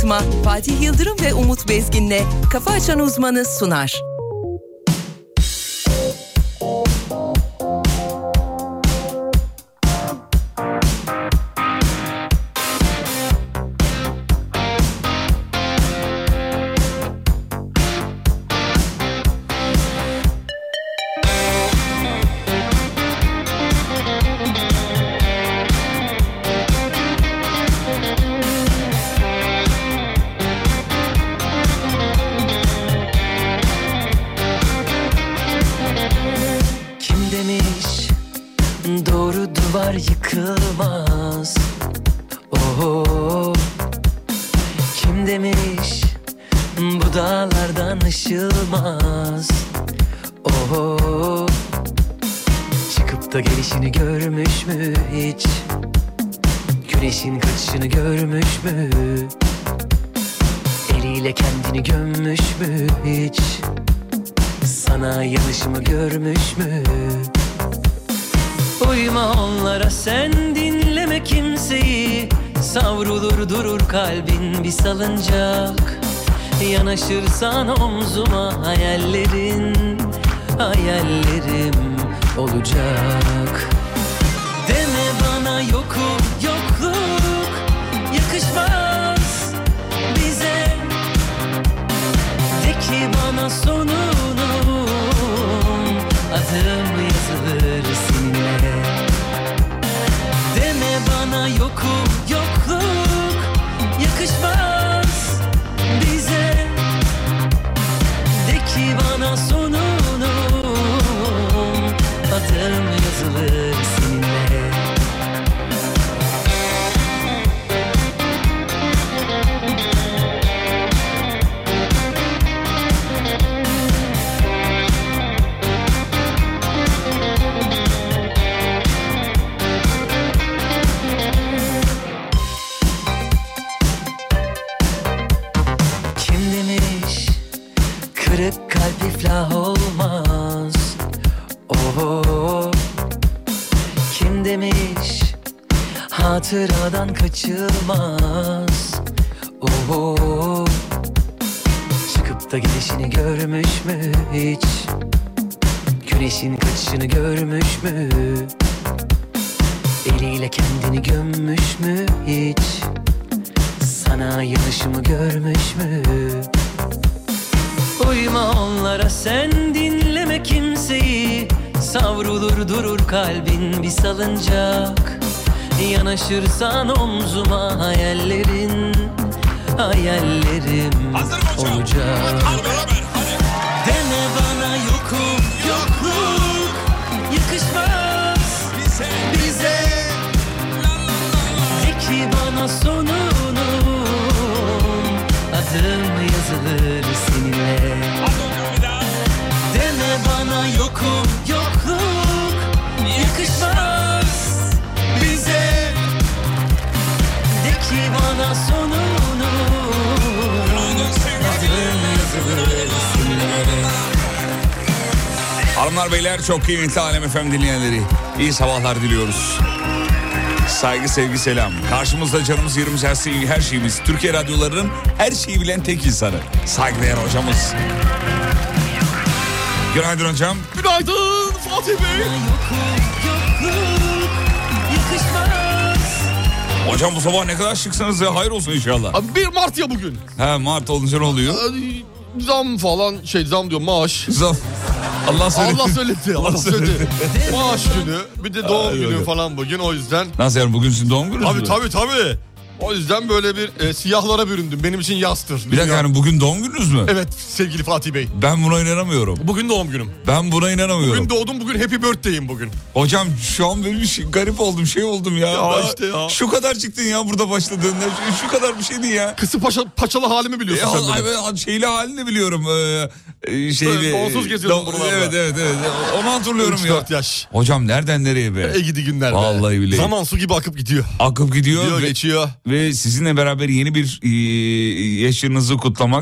unutma, Fatih Yıldırım ve Umut Bezgin'le Kafa Açan Uzmanı sunar. Yıkılmaz. Oh, kim demiş bu dağlardan aşılmaz. Oh, çıkıp da gelişini görmüş mü hiç? Güneşin kaçışını görmüş mü? Eliyle kendini gömmüş mü hiç? Sana yanışımı görmüş mü? Uyma onlara, sen dinleme kimseyi. Savrulur durur kalbin bir salıncak. Yanaşırsan omzuma hayallerim olacak. Deme bana yokum, yokluk yakışmaz bize. De ki bana sonunun adım yazılır seninle. Deme bana yokum, yokluk yakışmaz bize. De ki bana sonunun adım yazılır seninle. Kırık kalp iflah olmaz. Oh, kim demiş hatıradan kaçılmaz. Oh, çıkıp da gidişini görmüş mü hiç? Güneşin kaçışını görmüş mü? Eliyle kendini gömmüş mü hiç? Sana yanışımı görmüş mü? Uyma onlara, sen dinleme kimseyi. Savrulur durur kalbin bir salıncak. Yanaşırsan omzuma hayallerim olacak. Deme bana yokum, yokluk yakışmaz bize. De ki bana sonunun adım yazılır seninle. Deme bana yokum, yokluk yakışmaz bize. De ki bana sonunun adım yazılır seninle. Hanımlar beyler, çok kıymetli Alem FM dinleyenleri, iyi sabahlar diliyoruz. Saygı, sevgi, selam. Karşımızda canımız, yerimiz, her şeyimiz. Türkiye radyolarının her şeyi bilen tek insanı. Saygıdeğer hocamız. Günaydın hocam. Günaydın Fatih Bey. Hocam bu sabah ne kadar şıksınız ya, hayır olsun inşallah. Abi 1 Mart ya bugün. He, Mart olunca ne oluyor? Zam falan, zam diyor, maaş. Zam. Allah söyledi. Allah söyledi. Maaş günü, bir de doğum günü falan bugün, o yüzden. Nasıl yani, bugün sizin doğum gününüz mü? Tabii. O yüzden böyle bir siyahlara büründüm. Benim için yaztır. Bir dakika, yani bugün doğum gününüz mü? Evet sevgili Fatih Bey. Ben buna inanamıyorum. Bugün doğum günüm. Ben buna inanamıyorum. Bugün doğdum, bugün happy birthday'im bugün. Hocam şu an böyle bir şey, garip oldum, oldum ya. Ya işte ya. Şu kadar çıktın ya burada başladığında. Şu kadar bir şeydi ya. Kısı paçalı halimi biliyorsun sen benim. Evet, şeyli halini biliyorum. Donsuz geziyordum buralarda. Evet. Onu hatırlıyorum 3-4 ya. 4 yaş. Hocam nereden nereye be? Gidi günler be. Vallahi billahi. Zaman su gibi akıp gidiyor. Akıp gidiyor. Geçiyor. Ve sizinle beraber yeni bir yaşınızı kutlamak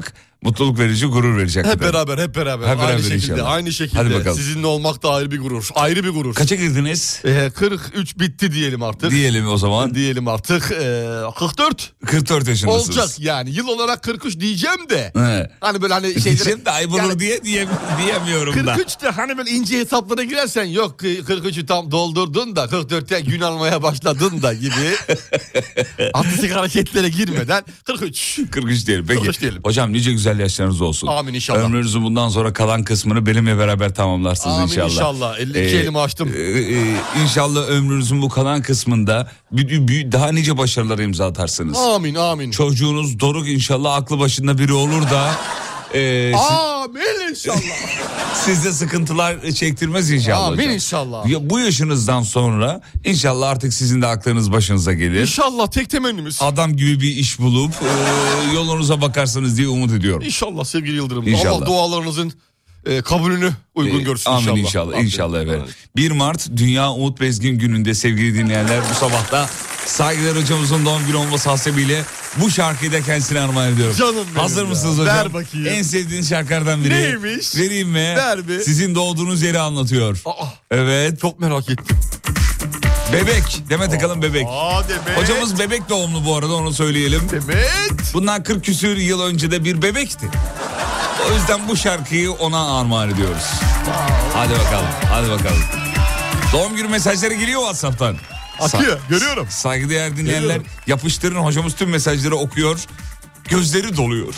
Mutluluk verici, gurur verici. Hep beraber. Hep beraber aynı şekilde. inşallah. Aynı şekilde. Hadi bakalım. Sizinle olmak da ayrı bir gurur. Ayrı bir gurur. Kaça girdiniz? 43 bitti diyelim artık. Diyelim o zaman. Diyelim artık. 44. 44 yaşındasınız. Olacak yani. Yıl olarak 43 diyeceğim de. He. Hani böyle hani Diyeceğim de ayıp olur yani, diyemiyorum da. 43 de hani böyle ince hesaplara girersen yok 43'ü tam doldurdun da 44'te gün almaya başladın da gibi. Artistik hareketlere girmeden 43. 43 diyelim. Peki. 43 diyelim. Hocam nice güzel yaşlarınız olsun. Amin inşallah. Ömrünüzün bundan sonra kalan kısmını benimle beraber tamamlarsınız Amin inşallah. inşallah. 52 elimi açtım. İnşallah ömrünüzün bu kalan kısmında daha nice başarılara imza atarsınız. Amin. Çocuğunuz Doruk inşallah aklı başında biri olur da Amin inşallah. sizde sıkıntılar çektirmez inşallah. Amin hocam. inşallah. Ya, bu yaşınızdan sonra inşallah artık sizin de aklınız başınıza gelir. İnşallah tek temennimiz. Adam gibi bir iş bulup yolunuza bakarsınız diye umut ediyorum. İnşallah sevgili Yıldırım. İnşallah. Allah dualarınızın kabulünü uygun görsün inşallah. Amin inşallah. İnşallah efendim. 1 Mart Dünya Umut Bezgin gününde sevgili dinleyenler bu sabahta saygıdeğer hocamızın doğum günü olması hasebiyle bu şarkıyı da kendisine armağan ediyorum. Canım benim Hazır ya. mısınız hocam? Ver bakayım. En sevdiğiniz şarkılardan biri. Neymiş? Vereyim mi? Ver bir. Sizin doğduğunuz yeri anlatıyor. Evet. Çok merak ettim. Bebek. Demet Akalın Bebek. Demet. Hocamız bebek doğumlu bu arada, onu söyleyelim. Demet. Bundan 40 küsür yıl önce de bir bebekti. O yüzden bu şarkıyı ona armağan ediyoruz. Hadi bakalım. Doğum günü mesajları geliyor WhatsApp'tan. Akıyor, görüyorum. Saygıdeğer dinleyenler, Görüyorum. Yapıştırın, hocamız tüm mesajları okuyor. Gözleri doluyor.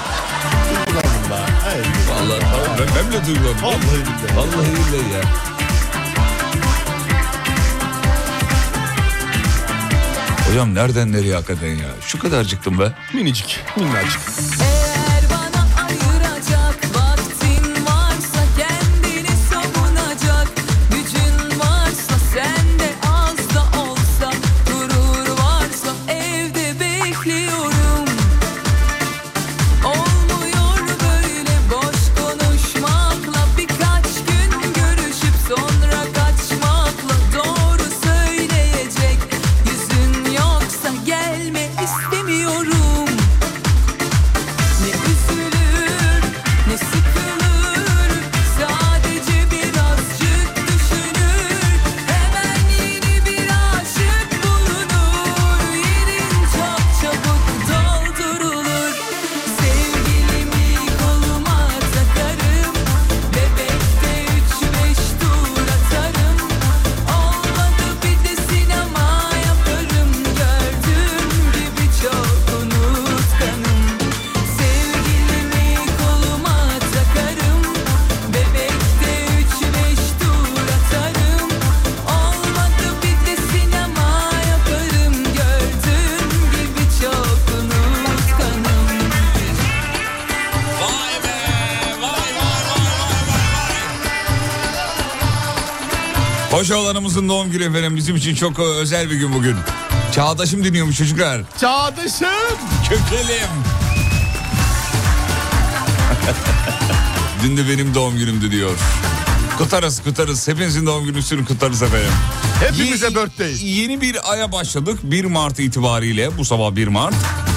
Vallahi ben bile duygulandım. Vallahi billahi ya. Hocam nereden nereye hakikaten ya? Şu kadarcıktım be. Minicik, minnacık. Eğer bana ayıracak vaktin varsa, kendini savunacak gücün varsa, sende az da olsa gurur varsa, evde bekliyorum. Olmuyor böyle boş konuşmakla, birkaç gün görüşüp sonra kaçmakla. Doğru söyleyecek yüzün yoksa gelme istemiyorum. Ne üzülür ne sıkılır, sadece birazcık düşünür. Hemen yeni bir aşık bulunur, yerin çok çabuk doldurulur. Sevgilimi koluma takarım, bebekte 3-5 tur atarım. Olmadı bir de sinema yaparım, gördüğüm gibi çok unutkanım. Sevgilimi koluma takarım, bebekte 3-5 tur atarım. Olmadı bir de sinema yaparım, gördüğüm gibi çok unutkanım. Vay be! Vay! Hoca olanımızın doğum günü efendim, bizim için çok özel bir gün bugün. Çağdaş'ım dinliyormuş çocuklar. Çağdaşım. Kökelim. Dün de benim doğum günümdü diyor. Kutlarız. Hepinizin doğum gününü kutlarız efendim. Hepimize birthday. Yeni bir aya başladık. 1 Mart itibariyle, bu sabah 1 Mart.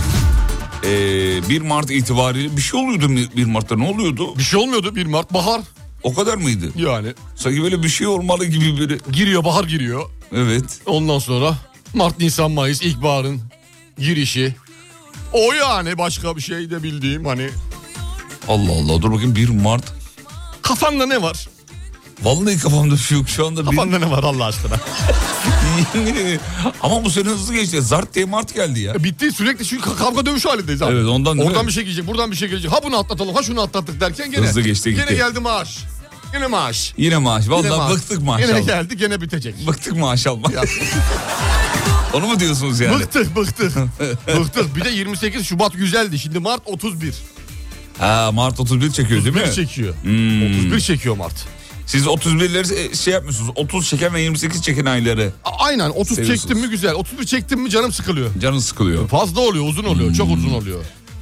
1 Mart itibariyle bir şey oluyordu 1 Mart'ta, ne oluyordu? Bir şey olmuyordu 1 Mart bahar. O kadar mıydı? Yani Sanki böyle bir şey olmalı gibi biri. giriyor, bahar giriyor. Evet. Ondan sonra Mart, Nisan, Mayıs ilkbaharın girişi. O yani, başka bir şey de bildiğim hani. Allah Allah, dur bakayım, 1 Mart. Kafanda ne var? Vallahi kafamda bir şey yok şu anda. Kafanda ne var Allah aşkına? Ama bu sene hızlı geçti. Zart diye Mart geldi ya. Bitti, sürekli çünkü kavga dövüş halindeyiz abi. Evet, ondan değil Oradan mi? bir şey gelecek, buradan bir şey gelecek. Ha bunu atlatalım, ha şunu atlattık derken gene. Hızlı geçti, gitti. Gene geldi maaş. Yine maaş. Yine maaş. Vallahi Yine maaş. bıktık maşallah. Gene geldi, gene bitecek. Bıktık maaş almak. Onu mu diyorsunuz yani? Bıktık. Bir de 28 Şubat güzeldi. Şimdi Mart 31. Ha, Mart 31 çekiyor değil mi? 31 çekiyor. 31 çekiyor Mart. Siz 31'leri şey yapmıyorsunuz. 30 çeken ve 28 çeken ayları. Aynen, 30 seviyorsunuz. çektim mi güzel. 31 çektim mi canım sıkılıyor. Canın sıkılıyor. Fazla oluyor, uzun oluyor. Çok uzun oluyor.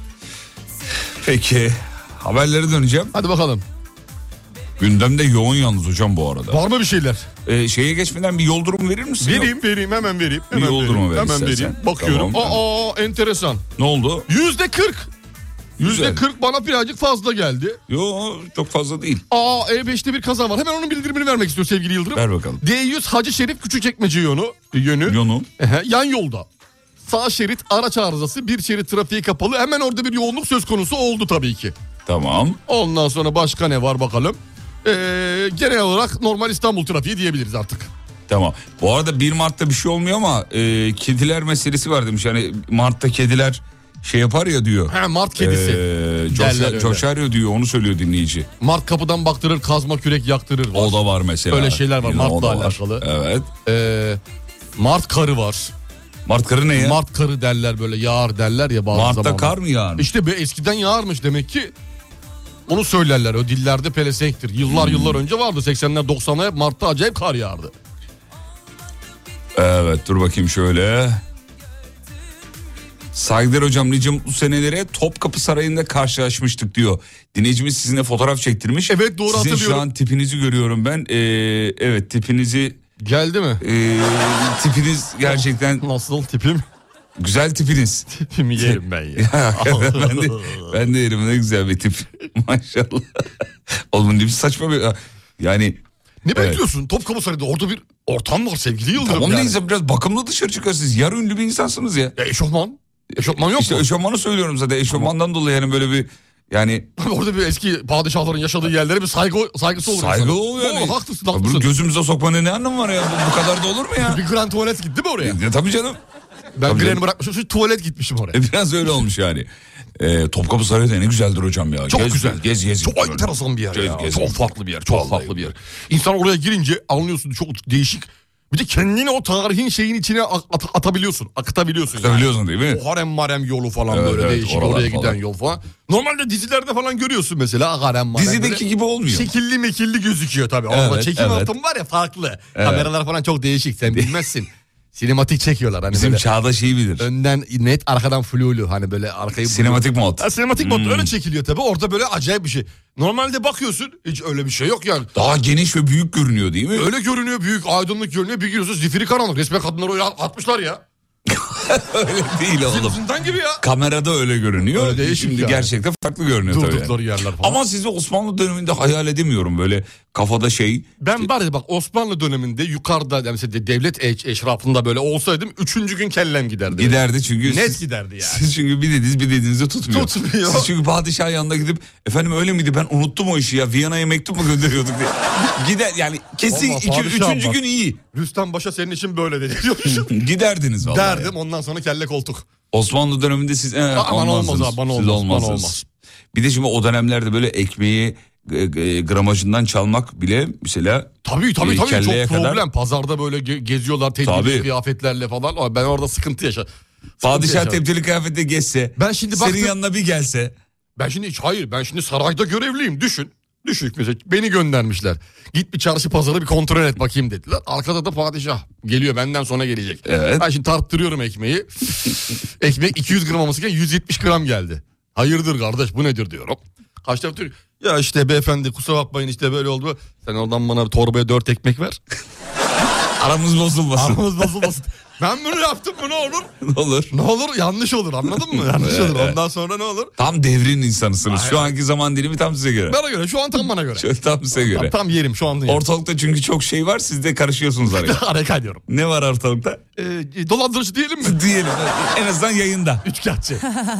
Peki. Haberlere döneceğim. Hadi bakalım. Gündemde yoğun yalnız hocam bu arada. Var mı bir şeyler? Şeye geçmeden bir yol durumu verir misin? Vereyim, hemen vereyim. Bir yol durumu ver Hemen istersen. vereyim. Bakıyorum. Tamam. Enteresan. Ne oldu? %40 %40 bana birazcık fazla geldi. Yo, çok fazla değil. E5'te bir kaza var. Hemen onun bildirimini vermek istiyor sevgili Yıldırım. Ver bakalım. D100 Hacı Şerif Küçükçekmece yönü. Yan yolda. Sağ şerit araç arızası, bir şerit trafiği kapalı. Hemen orada bir yoğunluk söz konusu oldu tabii ki. Tamam. Ondan sonra başka ne var bakalım. Genel olarak normal İstanbul trafiği diyebiliriz artık. Tamam. Bu arada 1 Mart'ta bir şey olmuyor ama kediler meselesi var demiş. Yani Mart'ta kediler şey yapar ya diyor. Mart kedisi. Coşar ya diyor, onu söylüyor dinleyici. Mart kapıdan baktırır, kazma kürek yaktırır. O da var mesela. Öyle şeyler var Mart'la alakalı. Evet. Mart karı var. Mart karı ne ya? Mart karı derler, böyle yağar derler ya bazı Mart'ta zamanlar. kar mı yağar? İşte eskiden yağarmış demek ki. Onu söylerler, o dillerde pelesenktir. Yıllar önce vardı, 80'ler 90'lar Mart'ta acayip kar yağardı. Evet, dur bakayım şöyle. Saygıdeğer hocam, nice mutlu senelere Topkapı Sarayı'nda karşılaşmıştık diyor. Dinleyicimiz sizinle fotoğraf çektirmiş. Evet, doğru hatırlıyorum. Sizin şu an tipinizi görüyorum ben. Evet, tipinizi... Geldi mi? Tipiniz gerçekten... Nasıl tipim? Güzel tipiniz. Tipimi yerim ben ya. ben de yerim, ne güzel bir tip. Maşallah. Oğlum ne saçma bir... Yani... Ne bekliyorsun? Topkapı Sarayı'da orada bir ortam var sevgili Yıldırım. Tamam, yani. neyse, biraz bakımlı dışarı çıkarsınız. Yarı ünlü bir insansınız ya. Eşofman. Eşofman yok işte mu? eşofmanı söylüyorum zaten. Eşofmandan dolayı yani böyle bir... Yani orada bir eski padişahların yaşadığı yerlere bir saygısı olur. Saygı oluyor yani. Haklısın. Gözümüze sokmanın ne anlamı var ya? Bu kadar da olur mu ya? Bir grand tuvalet gitti mi oraya? Tabii canım. Ben Granny bırakmışım, şu tuvalet gitmişim oraya. Biraz öyle olmuş yani. Topkapı Sarayı da ne güzeldir hocam ya. Çok güzel. Gez. Çok enteresan bir yer ya. Gez. Çok farklı bir yer. Çok farklı bir yer. İnsan oraya girince anlıyorsun, çok değişik. Bir de kendini o tarihin şeyin içine atabiliyorsun. Akıtabiliyorsun. Akıtabiliyorsun değil mi? O harem yolu falan böyle değişik, oraya giden falan. Yol falan. Normalde dizilerde falan görüyorsun mesela harem. Dizideki gibi olmuyor. Şekilli mekilli gözüküyor tabii. Orada çekim ortamı var ya, farklı. Evet. Kameralar falan çok değişik, sen bilmezsin. Sinematik çekiyorlar. Hani bizim çağdaş iyi bilir. Önden net, arkadan flulu, hani böyle arkayı... Sinematik mod. Sinematik mod öyle çekiliyor tabii. Orada böyle acayip bir şey. Normalde bakıyorsun hiç öyle bir şey yok yani. Daha geniş ve büyük görünüyor değil mi? Öyle görünüyor, büyük aydınlık görünüyor. Bir giriyorsun zifiri karanlık. Resmen kadınları oraya atmışlar ya. Öyle değil oğlum. Zindan gibi ya. Kamerada öyle görünüyor. Öyle değişik şimdi yani. Gerçekten farklı görünüyor tabii. Durdukları yerler falan. Ama sizi Osmanlı döneminde hayal edemiyorum böyle kafada şey. Ben bari bak Osmanlı döneminde yukarıda yani mesela devlet eşrafında böyle olsaydım 3. gün kellem giderdi. Giderdi çünkü. Net giderdi yani. Siz çünkü bir dediğinizi tutmuyor. Tutmuyor. Siz çünkü padişah yanına gidip efendim öyle miydi, ben unuttum o işi ya, Viyana'ya mektup mu gönderiyorduk diye. Gider yani kesin Vallahi 3. gün iyi. Rüstem Paşa senin için böyle dedi. Giderdiniz vallahi. Derdim, ondan sonra kelle koltuk. Osmanlı döneminde siz aman olmaz abi, bana olmaz. Bir de şimdi o dönemlerde böyle ekmeği gramajından çalmak bile mesela tabii çok problem. Kadar... Pazarda böyle geziyorlar tebdili kıyafetlerle falan. Ben orada sıkıntı yaşadım. Padişah tebdili kıyafetle gezse, ben şimdi senin yanına bir gelse. Ben şimdi sarayda görevliyim, düşün mesela beni göndermişler. Git bir çarşı pazarı bir kontrol et bakayım dediler. Arkada da padişah geliyor, benden sonra gelecek. Evet. Ben şimdi tarttırıyorum ekmeği. Ekmek 200 gram olmasıyken 170 gram geldi. Hayırdır kardeş, bu nedir diyorum. Kaç taraf diyor. Ya işte beyefendi kusura bakmayın işte böyle oldu. Sen oradan bana bir torbaya 4 ekmek ver. Aramız bozulmasın. Ben bunu yaptım, bu ne olur? Ne olur? Yanlış olur, anladın mı? Yanlış olur. Ondan sonra ne olur? Tam devrin insanısınız. Şu anki zaman dilimi tam size göre. Bana göre, şu an tam bana göre. Tam size göre. Tam yerim şu anda. Ortalıkta çünkü çok şey var, siz de karışıyorsunuz araya. Araya kaydırıyorum. Ne var ortalıkta? Dolandırıcı diyelim mi? Diyelim. En azından yayında. Üçkağıtçı.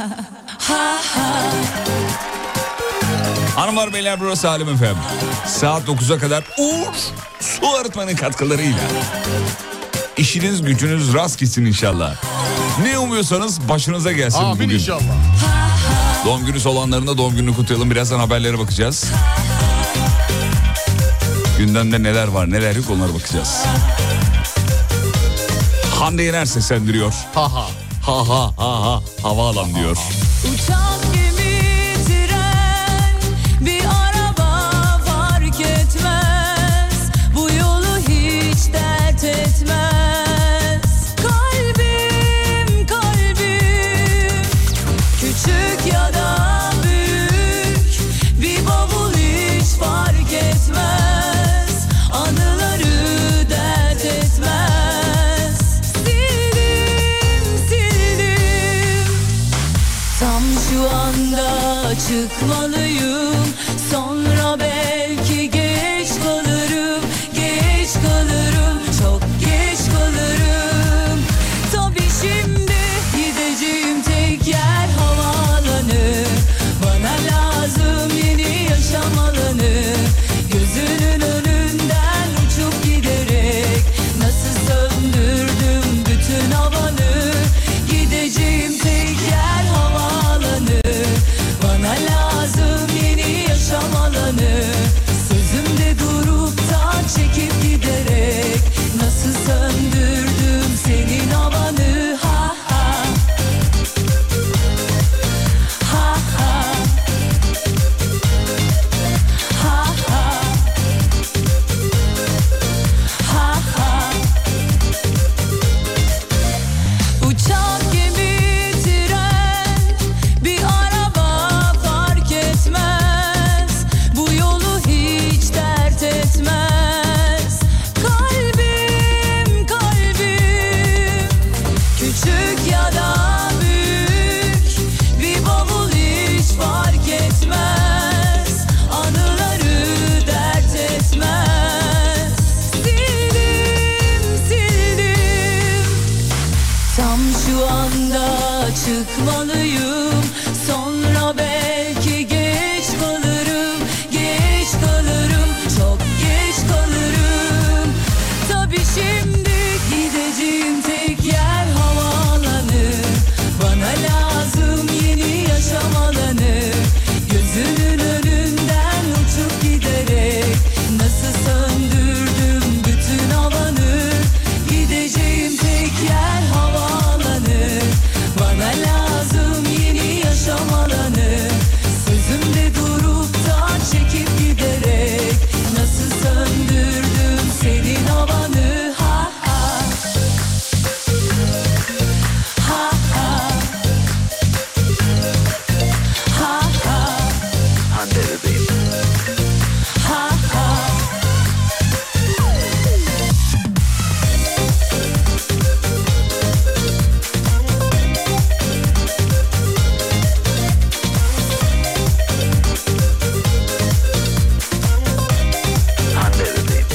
Hanımlar beyler, burası Alem FM. Saat 9'a kadar Uğur Su Arıtma'nın katkılarıyla. İşiniz gücünüz rast gitsin inşallah. Ne umuyorsanız başınıza gelsin amin bugün. İnşallah. Doğum günü olanların da doğum gününü kutlayalım. Birazdan haberlere bakacağız. Gündemde neler var neler yok, onlara bakacağız. Hande Yener seslendiriyor. Ha havaalan diyor. Uçak, gemi, tren, bir araba fark etmez. Bu yolu hiç dert etmez. Kalbim, küçük ya da büyük, bir bavul hiç fark etmez. Anıları dert etmez. Sildim, tam şu anda çıkmalıyım. Sonra belki geç kalırım, geç kalırım, çok geç kalırım. Tabii şimdi gideceğim tek yer havaalanı. Bana lazım yeni yaşam alanı. Gözünün önünden uçup giderek nasıl söndürdüm bütün havanı. Gideceğim tek yer havaalanı. Bana lazım yeni yaşam alanı. Sözümde durup da çekip giderek nasıl söndürdüm senin havanı. Ha ha. Ha ha. Ha ha. Ha ha. Uçak, gemi, tren, bir araba fark etmez. Bu yolu hiç dert etmez. Kalbim, kalbim, küçük ya da büyük, bir bavul hiç fark etmez. Anıları dert etmez. Sildim, sildim. Tam şu anda çıkmalıyım. Sonra belki geç kalırım, geç kalırım, çok geç kalırım. Tabii şimdi gideceğim tek yer havaalanı. Bana lazım yeni yaşam alanı. Gözünün önünden uçup giderek nasıl söndürdüm bütün havanı. Gideceğim tek yer havaalanı. Bana lazım yeni yaşam alanı. Sözümde durup da çekip giderek nasıl söndürdüm senin havanı. Ha ha. Ha ha. Ha ha. Hande bebeğim. Ha ha. Hande bebeğim.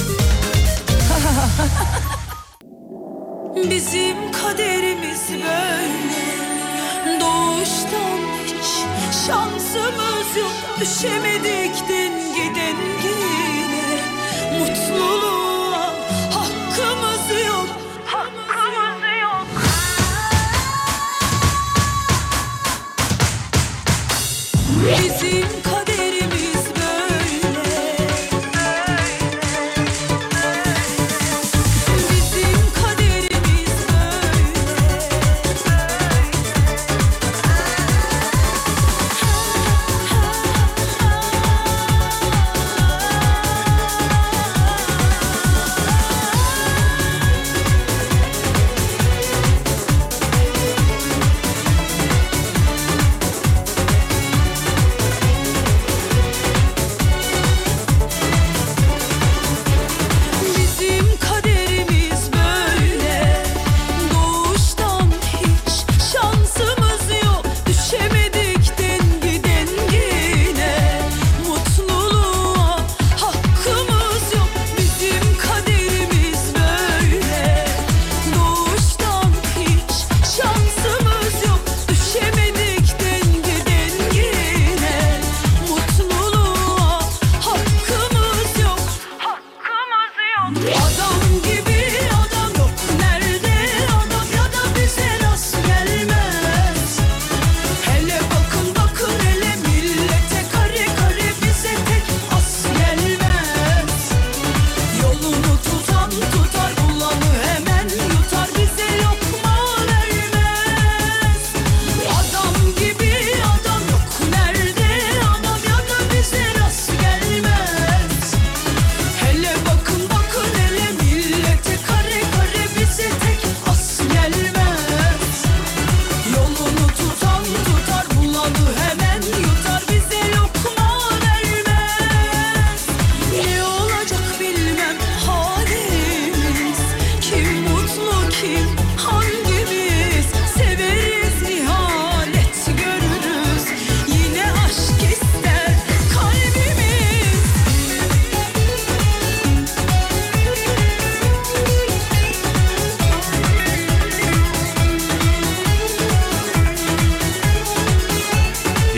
Bizim kaderimiz böyle. Doğuştan hiç şansımız yok. Düşemedik din gidin yine. Mutluluğa hakkımız yok. Hakkımız yok. Bizim kaderimiz böyle. Bizim kaderimiz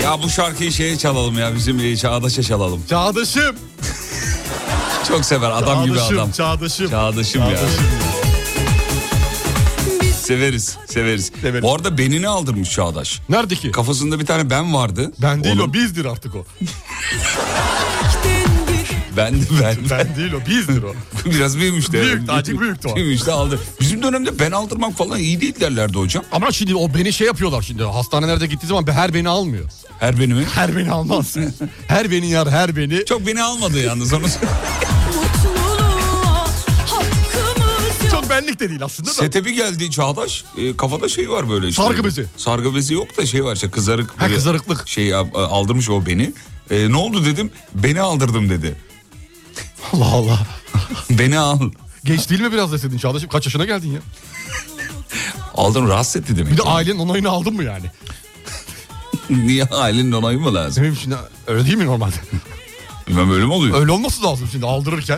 Ya bu şarkıyı şeye çalalım ya, bizim Çağdaş'a çalalım. Çağdaşım. Çok sever adam gibi adam. Çağdaşım. Çağdaşım ya. Severiz. Severiz. Bu arada benini aldırmış Çağdaş. Nerede ki? Kafasında bir tane ben vardı. Ben değil Onun... o, bizdir artık o. Ben. Ben değil o, bizdir o. Biraz büyümüş de. Büyük, acık büyüktü o. Büyümüş de aldı. Bizim dönemde ben aldırmak falan iyi değil derlerdi hocam. Ama şimdi o beni şey yapıyorlar şimdi. Hastanelerde gittiği zaman her beni almıyor. Her beni mi? Her beni almaz. Her beni yar, her beni. Çok beni almadı yalnız onu. Çok benlik de değil aslında da. Sete bir geldi Çağdaş. Kafada şey var böyle işte. Sargı bezi. Sargı bezi yok da şey var işte kızarık. Ha, kızarıklık. Şey aldırmış o beni. Ne oldu dedim. Beni aldırdım dedi. Allah Allah. Beni al. Geç değil mi biraz deseydin Çağdaş'ım? Kaç yaşına geldin ya? Aldım, rahatsız etti demek. Bir de yani. ailenin onayını aldın mı yani? Niye, ailenin onayı mı lazım? Benim şimdi öyle değil mi normalde? Bilmem, öyle mi oluyor? Öyle olması lazım şimdi aldırırken.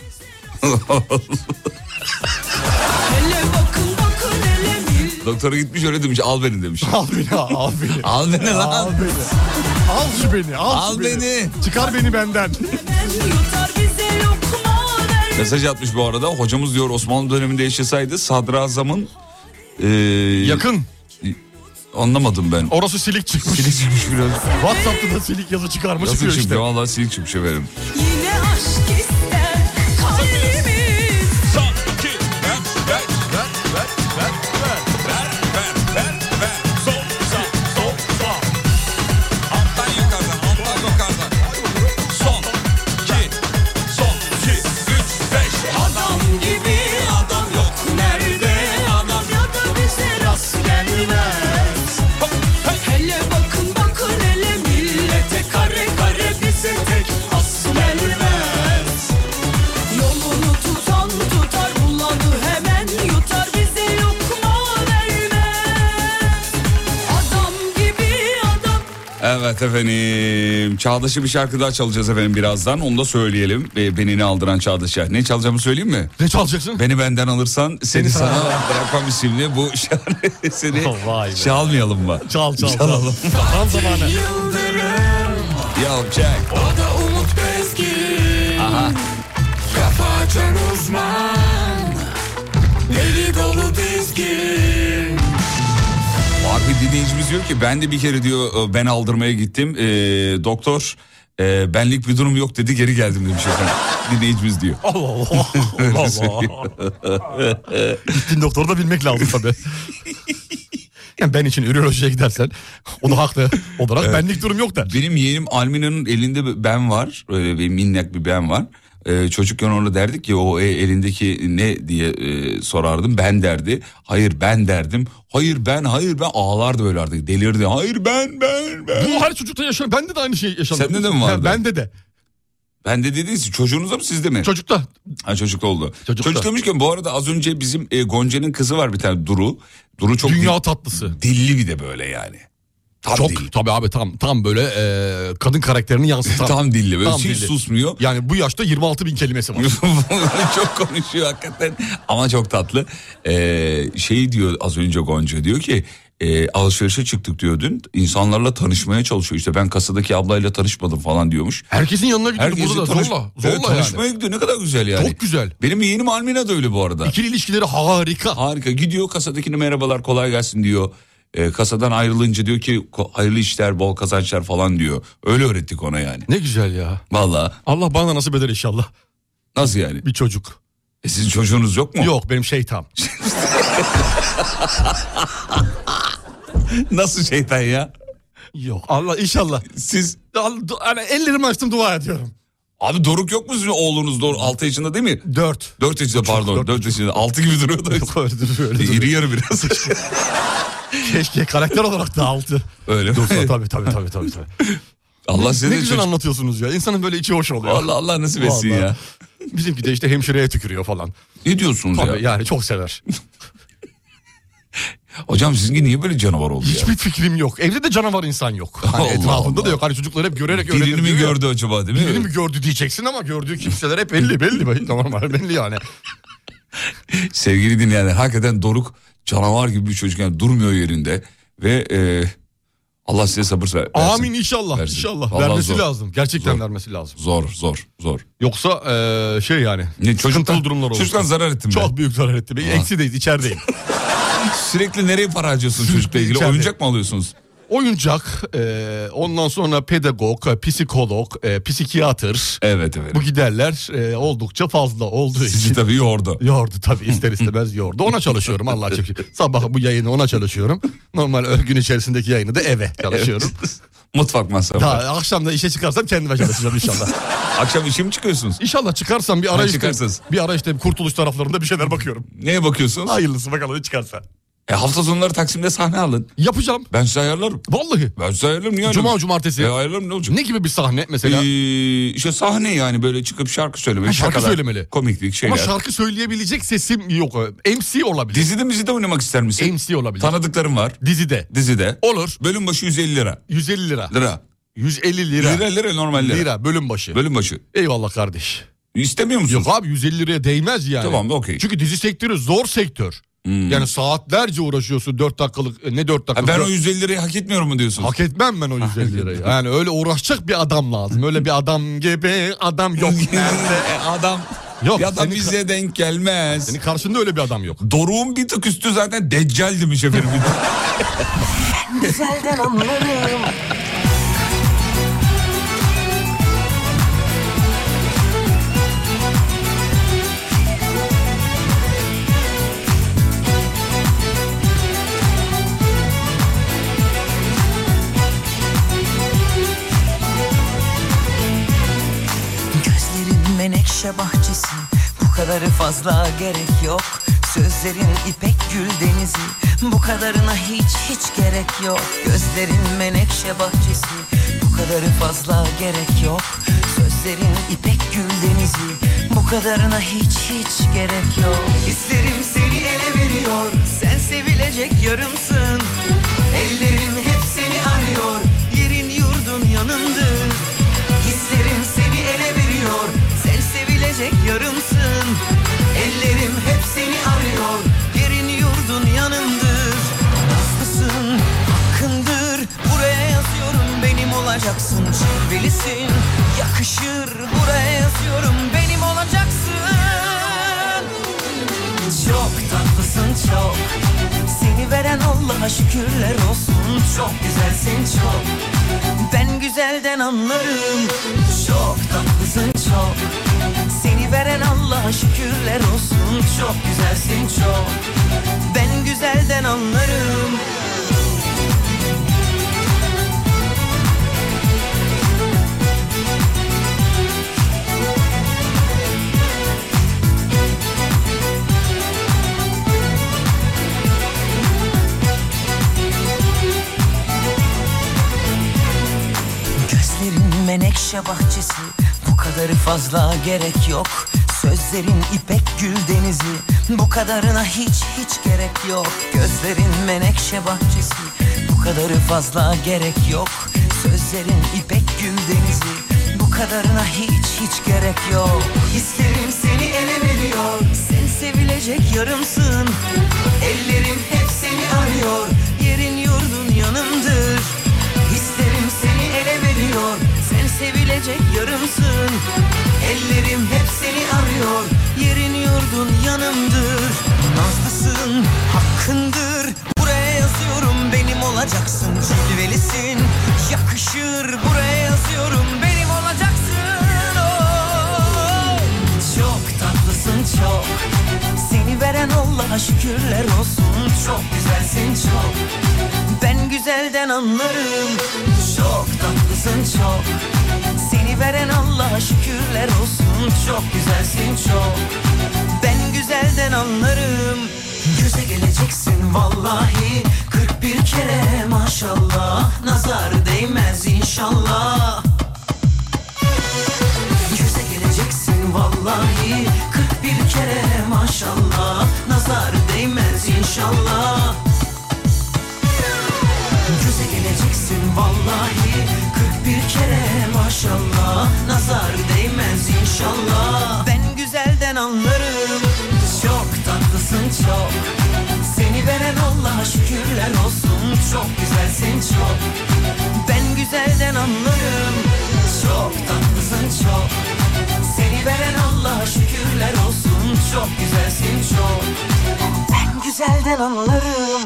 Doktora gitmiş öyle demiş, al beni demiş. Al beni, al beni. Al beni lan. Al beni. Al şu beni, Al beni. Çıkar beni benden. Mesaj atmış bu arada. Hocamız diyor Osmanlı döneminde yaşasaydı sadrazamın... Yakın. Anlamadım ben. Orası silik çıkmış. Silik çıkmış biraz. WhatsApp'ta da silik yazı çıkarmış. Nasıl çıkıyor çıkmış? işte. Vallahi silik çıkmış efendim. Yine aşk ister kalbimiz. Son, iki, ver. Sol, sağ. Alttan yukarıdan. Son, iki, üç, beş. Adam gibi adam yok nerede adam ya da bize rast gelmez. Hele bakın hele millete kare bize tek has gelmez. Yolunu tutan tutar bulanı hemen yutar bize lokma vermez. Adam gibi adam. Evet efendim. Çağdaş'ı bir şarkı daha çalacağız efendim birazdan. Onu da söyleyelim. Benini aldıran Çağdaş'a. Ne çalacağımı söyleyeyim mi? Ne çalacaksın? Beni benden alırsan seni sana bırakmam isimli bu şarkısını Vay be. çalmayalım mı? Çalalım. Tam zamanı. Yo check. O da Umut Bezgin. Aha. Kafa açan uzman. Deli dolu dizgin. Var bir dinleyicimiz diyor ki ben de bir kere diyor ben aldırmaya gittim. Doktor benlik bir durum yok dedi, geri geldim demiş efendim. Dinleyicimiz diyor. Allah Allah. Gittiğin doktoru da bilmek lazım tabii. Yani ben için ürolojiye gidersen o da haklı olarak Evet. benlik durum yok der. Benim yeğenim Almina'nın elinde bir ben var. Öyle bir minnak bir ben var. Çocukken ona derdik ki o elindeki ne diye sorardım. Ben derdi. Hayır ben derdim. Hayır ben ağlardı böyle artık. Delirdi. Hayır ben. Bu her çocukta yaşanıyor. Bende de aynı şey yaşanıyor. Sende de mi vardı? Bende de. Ben de dediniz çocuğunuzda mı sizde mi? Çocukta. Ha, çocukta oldu. Çocukta. Çocuk demişken bu arada az önce bizim Gonca'nın kızı var bir tane Duru. Duru çok Dünya tatlısı. dilli bir de böyle yani. Tam Çok dilli. tabii abi tam böyle kadın karakterini yansıtan. Tam dilli böyle Tam hiç dilli. susmuyor. Yani bu yaşta 26.000 kelimesi var. Çok konuşuyor hakikaten ama çok tatlı. Şey diyor az önce Gonca diyor ki alışverişe çıktık diyor dün. İnsanlarla tanışmaya çalışıyor. İşte ben kasadaki ablayla tanışmadım falan diyormuş. Herkesin yanına gidiyor burada da zorla. Evet, Zorla tanışmaya yani. gidiyor, ne kadar güzel yani. Çok güzel. Benim yeğenim Almina da öyle bu arada. İkili ilişkileri harika. Harika, gidiyor kasadakine merhabalar kolay gelsin diyor. Kasadan ayrılınca diyor ki hayırlı işler bol kazançlar falan diyor. Öyle öğrettik ona yani. Ne güzel ya. Vallahi. Allah bana nasip eder inşallah. Nasıl yani? Bir çocuk. Sizin çocuğunuz yok mu? Yok benim şeytan. Nasıl şeytan ya? Yok Allah inşallah. Siz Hani ellerimi açtım dua ediyorum. abi Doruk yok mu sizin oğlunuz? Doğru 6 yaşında değil mi? 4. 4 yaşında pardon. 4 yaşında. 6 gibi duruyor da. Yok öyle duruyor. İri yarı biraz. Keşke karakter olarak da 6. Öyle mi? Tabii. Allah size Ne de güzel çocuk... anlatıyorsunuz ya. İnsanın böyle içi hoş oluyor. Allah nasip etsin Vallahi. ya. Bizimki de işte hemşireye tükürüyor falan. Ne diyorsunuz Tabii ya? yani çok sever. Hocam sizinki niye böyle canavar oldu ya? Hiçbir fikrim yok. Evde de canavar insan yok. Hani Allah etrafında Allah. da yok. Hani çocuklar hep görerek Birini öğrenir mi diyor ya. gördü acaba değil mi? Birini mi gördü diyeceksin ama gördüğü kimseler hep belli. Normal belli yani. Sevgili dinleyenler hakikaten Doruk canavar gibi bir çocuk yani durmuyor yerinde ve Allah size sabır versin. Amin inşallah. Versin. İnşallah. Vallahi Vermesi zor. lazım. Gerçekten Zor. vermesi lazım. Zor. Yoksa yani. Sıkıntılı durumlar olur. Çocuktan zarar ettim ben. Çok büyük zarar etti. Eksideyiz, içerideyiz. Sürekli nereye para harcıyorsunuz çocukla ilgili? İçeride. Oyuncak mı alıyorsunuz? Oyuncak, ondan sonra pedagog, psikolog, psikiyatr. Evet. Bu giderler oldukça fazla olduğu Sizi için. tabii yordu. Yordu tabii, ister istemez yordu. Ona çalışıyorum Allah'a şükür. Sabah bu yayını ona çalışıyorum. Normal gün içerisindeki yayını da eve çalışıyorum. Mutfak masrafı. Daha akşam da işe çıkarsam kendime çalışacağım inşallah. Akşam işe mi çıkıyorsunuz? İnşallah çıkarsam bir ara çıkarsınız. Kurtuluş taraflarında bir şeyler bakıyorum. Neye bakıyorsunuz? Hayırlısı bakalım ne çıkarsa. Hafta sonları Taksim'de sahne alın. Yapacağım. Ben size ayarlarım. Vallahi. Ben size ayarlarım. Niye Cuma ayarlarım? cumartesi. Ayarlarım ne olacak? Ne gibi bir sahne mesela? İşte sahne yani böyle çıkıp şarkı söylemeli. Şarkı şakalar, söylemeli. Komiklik şeyler. Ama şarkı söyleyebilecek sesim yok. MC olabilir. Dizide oynamak ister misin? MC olabilir. Tanıdıklarım var. Dizide. Olur. Bölüm başı 150 lira. 150 lira. 150 lira normal lira. Lira bölüm başı. Eyvallah kardeş. İstemiyor musun? Yok abi 150 liraya değmez yani. Tamam okey. Çünkü dizi sektörü zor sektör. Yani saatlerce uğraşıyorsun 4 dakikalık ne 4 dakika. Ben o 150 lirayı hak etmiyorum mu diyorsunuz? Hak etmem ben o 150 lirayı. Yani öyle uğraşacak bir adam lazım. Öyle bir adam gibi adam yok. Adam Yok. ya da bize denk gelmez. Senin karşında öyle bir adam yok. Doruk'un bir tık üstü zaten Deccal demiş efendim. Güzelden anlarım. Gözlerin menekşe bahçesi, bu kadarı fazla gerek yok. Sözlerin ipek gül denizi, bu kadarına hiç gerek yok. Gözlerin menekşe bahçesi, bu kadarı fazla gerek yok. Sözlerin ipek gül denizi, bu kadarına hiç gerek yok. Hislerim seni ele veriyor, sen sevilecek yarımsın. Ellerim hep seni arıyor, yerin yurdun yanındır. Hislerim seni ele veriyor, sen sevilecek yarımsın. Ellerim hep seni arıyor, yerin yurdun yanındır. Nazlısın, hakkındır, buraya yazıyorum benim olacaksın. Cilvelisin, yakışır, buraya yazıyorum benim olacaksın. Çok tatlısın çok, seni veren Allah'a şükürler olsun. Çok güzelsin çok, ben güzelden anlarım. Çok tatlısın çok, seni veren Allah'a şükürler olsun. Çok güzelsin çok, ben güzelden anlarım. Gözlerin menekşe bahçesi, bu kadarı fazla gerek yok. Sözlerin ipek gül denizi, bu kadarına hiç gerek yok. Gözlerin menekşe bahçesi, bu kadarı fazla gerek yok. Sözlerin ipek gül denizi, bu kadarına hiç gerek yok. Hislerim seni ele veriyor, sen sevilecek yarımsın. Ellerim hep seni arıyor, yerin yurdun yanımdır. Hislerim seni ele veriyor, sen sevilecek yarımsın. Ellerim hep seni arıyor, yerin yurdun yanımdır. Nazlısın, hakkındır, buraya yazıyorum benim olacaksın. Cilvelisin, yakışır, buraya yazıyorum benim olacaksın. Oh, çok tatlısın çok, seni veren Allah'a şükürler olsun. Çok güzelsin çok, ben güzelden anlarım. Çok tatlısın çok, seni veren Allah'a şükürler olsun. Çok güzelsin çok, ben güzelden anlarım. Göze geleceksin vallahi 41 kere maşallah, nazar değmez inşallah. Göze geleceksin vallahi 41 kere maşallah, nazar değmez inşallah. Göze geleceksin vallahi 41 kere maşallah, nazar değmez inşallah. Ben güzelden anlarım. Çok tatlısın çok, seni veren Allah'a şükürler olsun. çok güzelsin çok. Ben güzelden anlarım, çok tatlısın çok. Seni veren Allah'a şükürler olsun, çok güzelsin çok. Ben güzelden anlarım.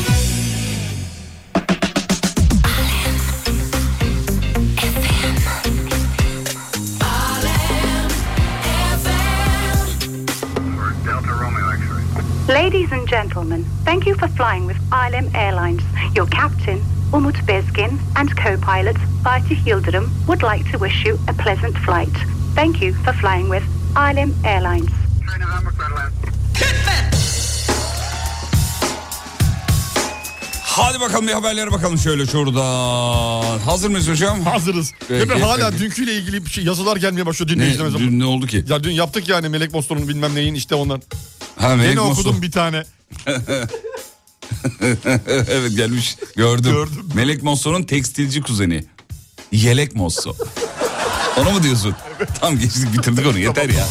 Ladies and gentlemen, thank you for flying with ILM Airlines. Your captain, Umut Bezgin, and co-pilot, Fatih Yıldırım, would like to wish you a pleasant flight. Thank you for flying with ILM Airlines. Hadi bakalım bir haberlere bakalım şöyle şuradan. Hazır mıyız hocam? Hazırız. Peki, Ve hala peki. dünküyle ilgili bir şey, yazılar gelmeye başlıyor dinleyicilerimize. Dün ne oldu ki? Ya dün yaptık yani Melek Mostor'un bilmem neyin işte onlar. Ha, Melek Yeni Mostor. okudum bir tane. Evet gelmiş gördüm. Gördüm. Melek Mossor'un tekstilci kuzeni. Yelek Mosso. Onu mu diyorsun? Tamam geçtik bitirdik onu yeter ya.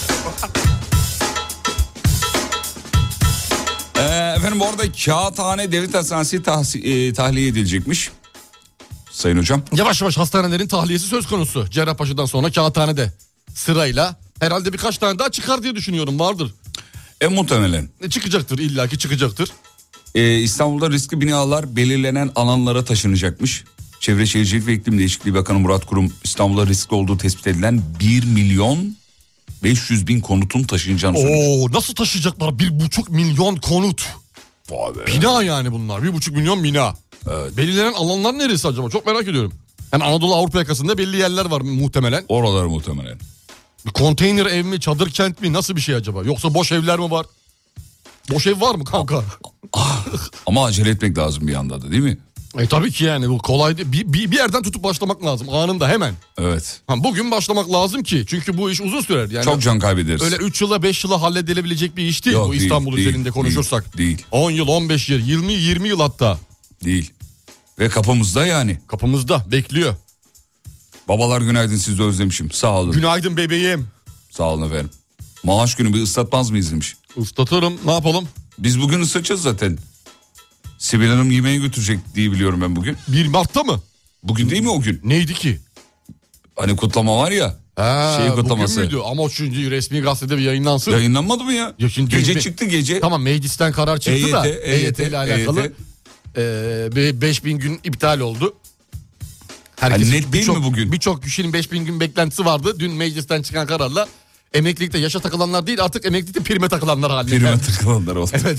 Efendim bu arada Kağıthane Devlet Hastanesi tahliye edilecekmiş. Sayın hocam. Yavaş yavaş hastanelerin tahliyesi söz konusu. Cerrahpaşa'dan sonra Kağıthane'de sırayla. Herhalde birkaç tane daha çıkar diye düşünüyorum, vardır. Muhtemelen. Çıkacaktır, illaki çıkacaktır. İstanbul'da riskli binalar belirlenen alanlara taşınacakmış. Çevre Şehircilik ve İklim Değişikliği Bakanı Murat Kurum İstanbul'da riskli olduğu tespit edilen 1.500.000 konutun taşınacağını söylüyor. Oo, nasıl taşıyacaklar 1,5 milyon konut? Vay be. Bina yani bunlar, 1,5 milyon bina. Evet. Belirlenen alanlar neresi acaba? Çok merak ediyorum. Yani Anadolu Avrupa yakasında belli yerler var muhtemelen. Oralar muhtemelen. Bir konteyner ev mi, çadır kent mi, nasıl bir şey acaba? Yoksa boş evler mi var? Boş ev var mı kanka? Ama acele etmek lazım bir anda da değil mi? Tabii ki yani bu kolay değil. Bir yerden tutup başlamak lazım anında hemen. Evet. Bugün başlamak lazım ki çünkü bu iş uzun sürer. Yani çok can kaybederiz. Öyle 3 yıla 5 yıla halledilebilecek bir iş değil. Yok, bu İstanbul değil, üzerinde konuşursak. Değil. 10 yıl, 15 yıl, 20 yıl hatta. Değil. Ve kapımızda yani. Kapımızda bekliyor. Babalar günaydın, sizi de özlemişim. Sağ olun. Günaydın bebeğim. Sağ olun efendim. Maaş günü bir ıslatmaz mıyız demiş. Islatırım, ne yapalım? Biz bugün ıslatacağız zaten. Sibel Hanım yemeğe götürecek diye biliyorum ben bugün. 1 Mart'ta mı? Bugün değil mi o gün? Neydi ki? Hani kutlama var ya. Şey kutlaması. Bugün müydü? Ama o çünkü resmi gazetede bir yayınlansın. Yayınlanmadı mı ya? Ya şimdi gece çıktı gece. Tamam, meclisten karar çıktı da EYT ile alakalı. 5000 gün iptal oldu. Hani net değil mi bugün? Birçok kişinin 5000 gün beklentisi vardı. Dün meclisten çıkan kararla emeklilikte yaşa takılanlar değil, artık emeklilikte prime takılanlar halinde. Prime takılanlar oldu. Evet.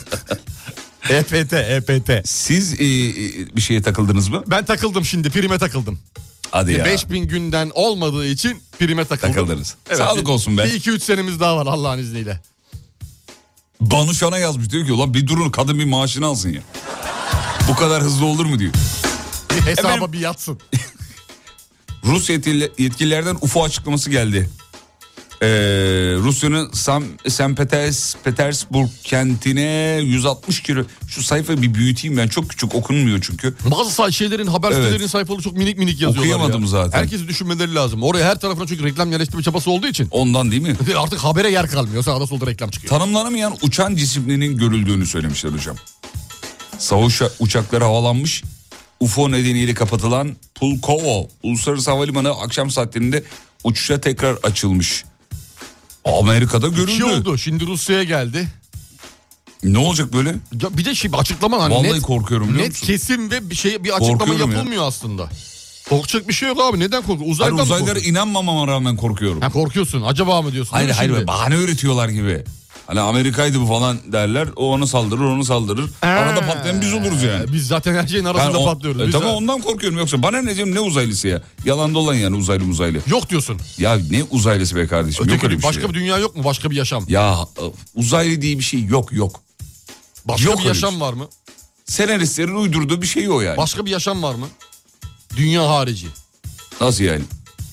EPT. Siz bir şeye takıldınız mı? Ben takıldım şimdi, prime takıldım. Hadi ya. 5000 günden olmadığı için prime takıldım. Takıldınız. Evet, Sağlık olsun be. Bir 2-3 senemiz daha var Allah'ın izniyle. Banu Şan'a yazmış, diyor ki ulan bir durun, kadın bir maaşını alsın ya. Bu kadar hızlı olur mu diyor. Bir hesaba Efendim? bir yatsın. Rus yetkililerden UFO açıklaması geldi. Rusya'nın St. Petersburg kentine 160 kilo. Şu sayfayı bir büyüteyim ben, çok küçük, okunmuyor çünkü. Bazı şeylerin, haber sitelerinin sayfaları çok minik yazıyorlar. Okuyamadım ya. zaten. Herkesi düşünmeleri lazım. Oraya her tarafına çünkü reklam yerleştirme çabası olduğu için. Ondan değil mi? Artık habere yer kalmıyor. Sağda solda reklam çıkıyor. Tanımlanamayan uçan cisimlerinin görüldüğünü söylemişler hocam. Savaş uçakları havalanmış. UFO nedeniyle kapatılan Pulkovo Uluslararası Havalimanı akşam saatlerinde uçuşa tekrar açılmış. Amerika'da görüldü. Bir şey oldu. Şimdi Rusya'ya geldi. Ne olacak böyle? Ya bir de açıklama hani Vallahi korkuyorum biliyor net musun? kesin ve bir açıklama Korkuyorum yapılmıyor aslında. Korkacak bir şey yok abi. Neden korkuyorsun? Uzaydan Hayır, mı uzaylara korkuyorsun? inanmamama rağmen korkuyorum. Ha, korkuyorsun. Acaba mı diyorsun? Hayır değil mi şimdi? hayır, bahane üretiyorlar gibi. Hani Amerika'ydı bu falan derler. O onu saldırır. Arada patlayan biz oluruz yani. Biz zaten her şeyin arasında patlıyoruz. Biz Tamam, ondan korkuyorum, yoksa bana ne diyeyim, ne uzaylısı ya. Yalan dolan yani, uzaylı. Yok diyorsun. Ya ne uzaylısı be kardeşim, yok öyle bir başka şey. bir dünya yok mu? Başka bir yaşam. Ya uzaylı diye bir şey yok. Başka yok bir öyle yaşam bir şey. var mı? Senaristlerin uydurduğu bir şey o yani. Başka bir yaşam var mı? Dünya harici. Nasıl yani?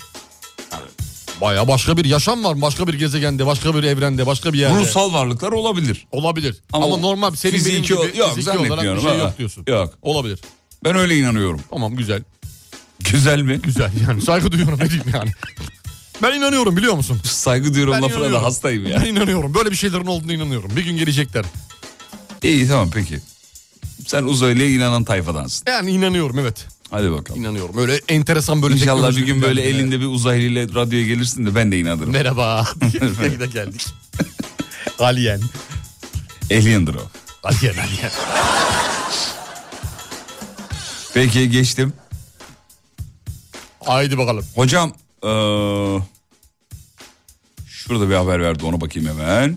Baya başka bir yaşam var mı? Başka bir gezegende, başka bir evrende, başka bir yerde. Ruhsal varlıklar olabilir. Olabilir. Ama normal senin benim fiziki gibi yok, fiziki olarak bir zannetmiyorum, şey ha. yok diyorsun. Yok. Olabilir. Ben öyle inanıyorum. Tamam, güzel. Güzel mi? Güzel yani, saygı duyuyorum, ne diyeyim yani. Ben inanıyorum, biliyor musun? Saygı duyuyorum Ben lafına inanıyorum. da hastayım ya. Ben inanıyorum. Böyle bir şeylerin olduğunu inanıyorum. Bir gün gelecekler. İyi tamam peki. Sen uzaylıya inanan tayfadansın. Yani inanıyorum, evet. Hadi bakalım. İnanıyorum. Öyle enteresan böyle. İnşallah bir gün böyle elinde bir uzaylıyla radyoya gelirsin de ben de inanırım. Merhaba. Yine geldik. Alien. Alien'dır o. Alien. Peki geçtim. Haydi bakalım. Hocam şurada bir haber verdi, ona bakayım hemen.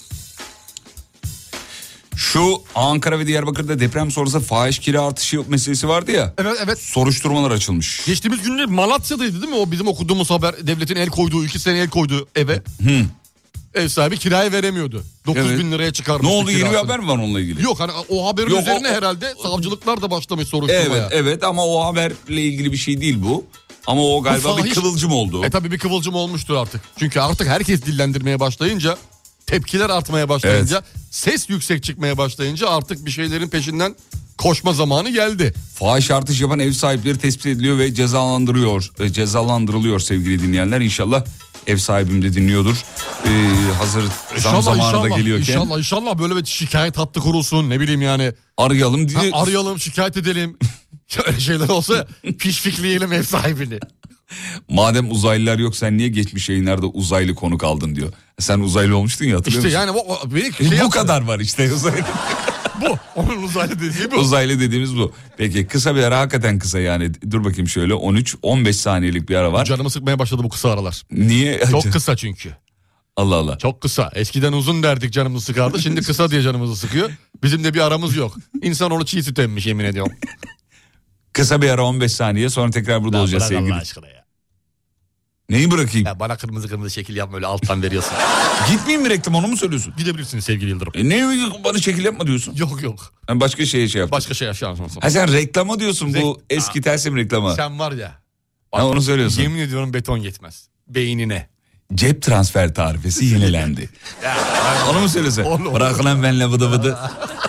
Şu Ankara ve Diyarbakır'da deprem sonrası fahiş kira artışı meselesi vardı ya. Evet. Soruşturmalar açılmış. Geçtiğimiz günler Malatya'daydı değil mi? O bizim okuduğumuz haber. Devletin el koyduğu, 2 sene el koyduğu eve. Ev sahibi kirayı veremiyordu. 9 bin liraya çıkarmıştı. Ne oldu, yeni bir kirasını. haber mi var onunla ilgili? Yok, hani o haberin üzerine herhalde savcılıklar da başlamış soruşturmaya. Evet ama o haberle ilgili bir şey değil bu. Ama o galiba bir kıvılcım oldu. Tabii bir kıvılcım olmuştur artık. Çünkü artık herkes dillendirmeye başlayınca, tepkiler artmaya başlayınca, ses yüksek çıkmaya başlayınca artık bir şeylerin peşinden koşma zamanı geldi. Fahiş artış yapan ev sahipleri tespit ediliyor ve cezalandırılıyor sevgili dinleyenler. İnşallah ev sahibim de dinliyordur. Hazır zam zamanı da geliyorken. İnşallah böyle bir şikayet hattı kurulsun, ne bileyim yani. Arayalım şikayet edelim. Öyle şeyler olsa pişfikleyelim ev sahibini. Madem uzaylılar yok, sen niye geçmiş yayınlarda uzaylı konuk aldın diyor. Sen uzaylı olmuştun ya, hatırlıyor musun? İşte yani bu kadar var işte uzaylı. Bu onun uzaylı dediği bu. Uzaylı dediğimiz bu. Peki kısa bir ara, hakikaten kısa yani. Dur bakayım şöyle 13-15 saniyelik bir ara var. Canımı sıkmaya başladı bu kısa aralar. Niye? Çok kısa çünkü. Allah Allah. Çok kısa. Eskiden uzun derdik, canımızı sıkardı. Şimdi kısa diye canımızı sıkıyor. Bizim de bir aramız yok. İnsan onu çiğ süt emmiş, yemin ediyorum. Kısa bir ara 15 saniye sonra tekrar burada olacağız sevgili. Allah aşkına ya. Neyi bırakayım? Ya bana kırmızı şekil yapma, öyle alttan veriyorsun. Gitmeyeyim mi reklam, onu mu söylüyorsun? Gidebilirsin sevgili Yıldırım. Ne bana şekil yapma diyorsun? Yok. Ben başka şeye şey yaptım. Başka şey yaşarsın. Ha sen reklama diyorsun, bu eski Telsim reklama. Sen var ya. Ha, onu söylüyorsun. Yemin ediyorum beton yetmez. Beynine. Cep transfer tarifesi yenilendi. Onu mu söylüyorsun? Bırak lan benle vıdı vıdı.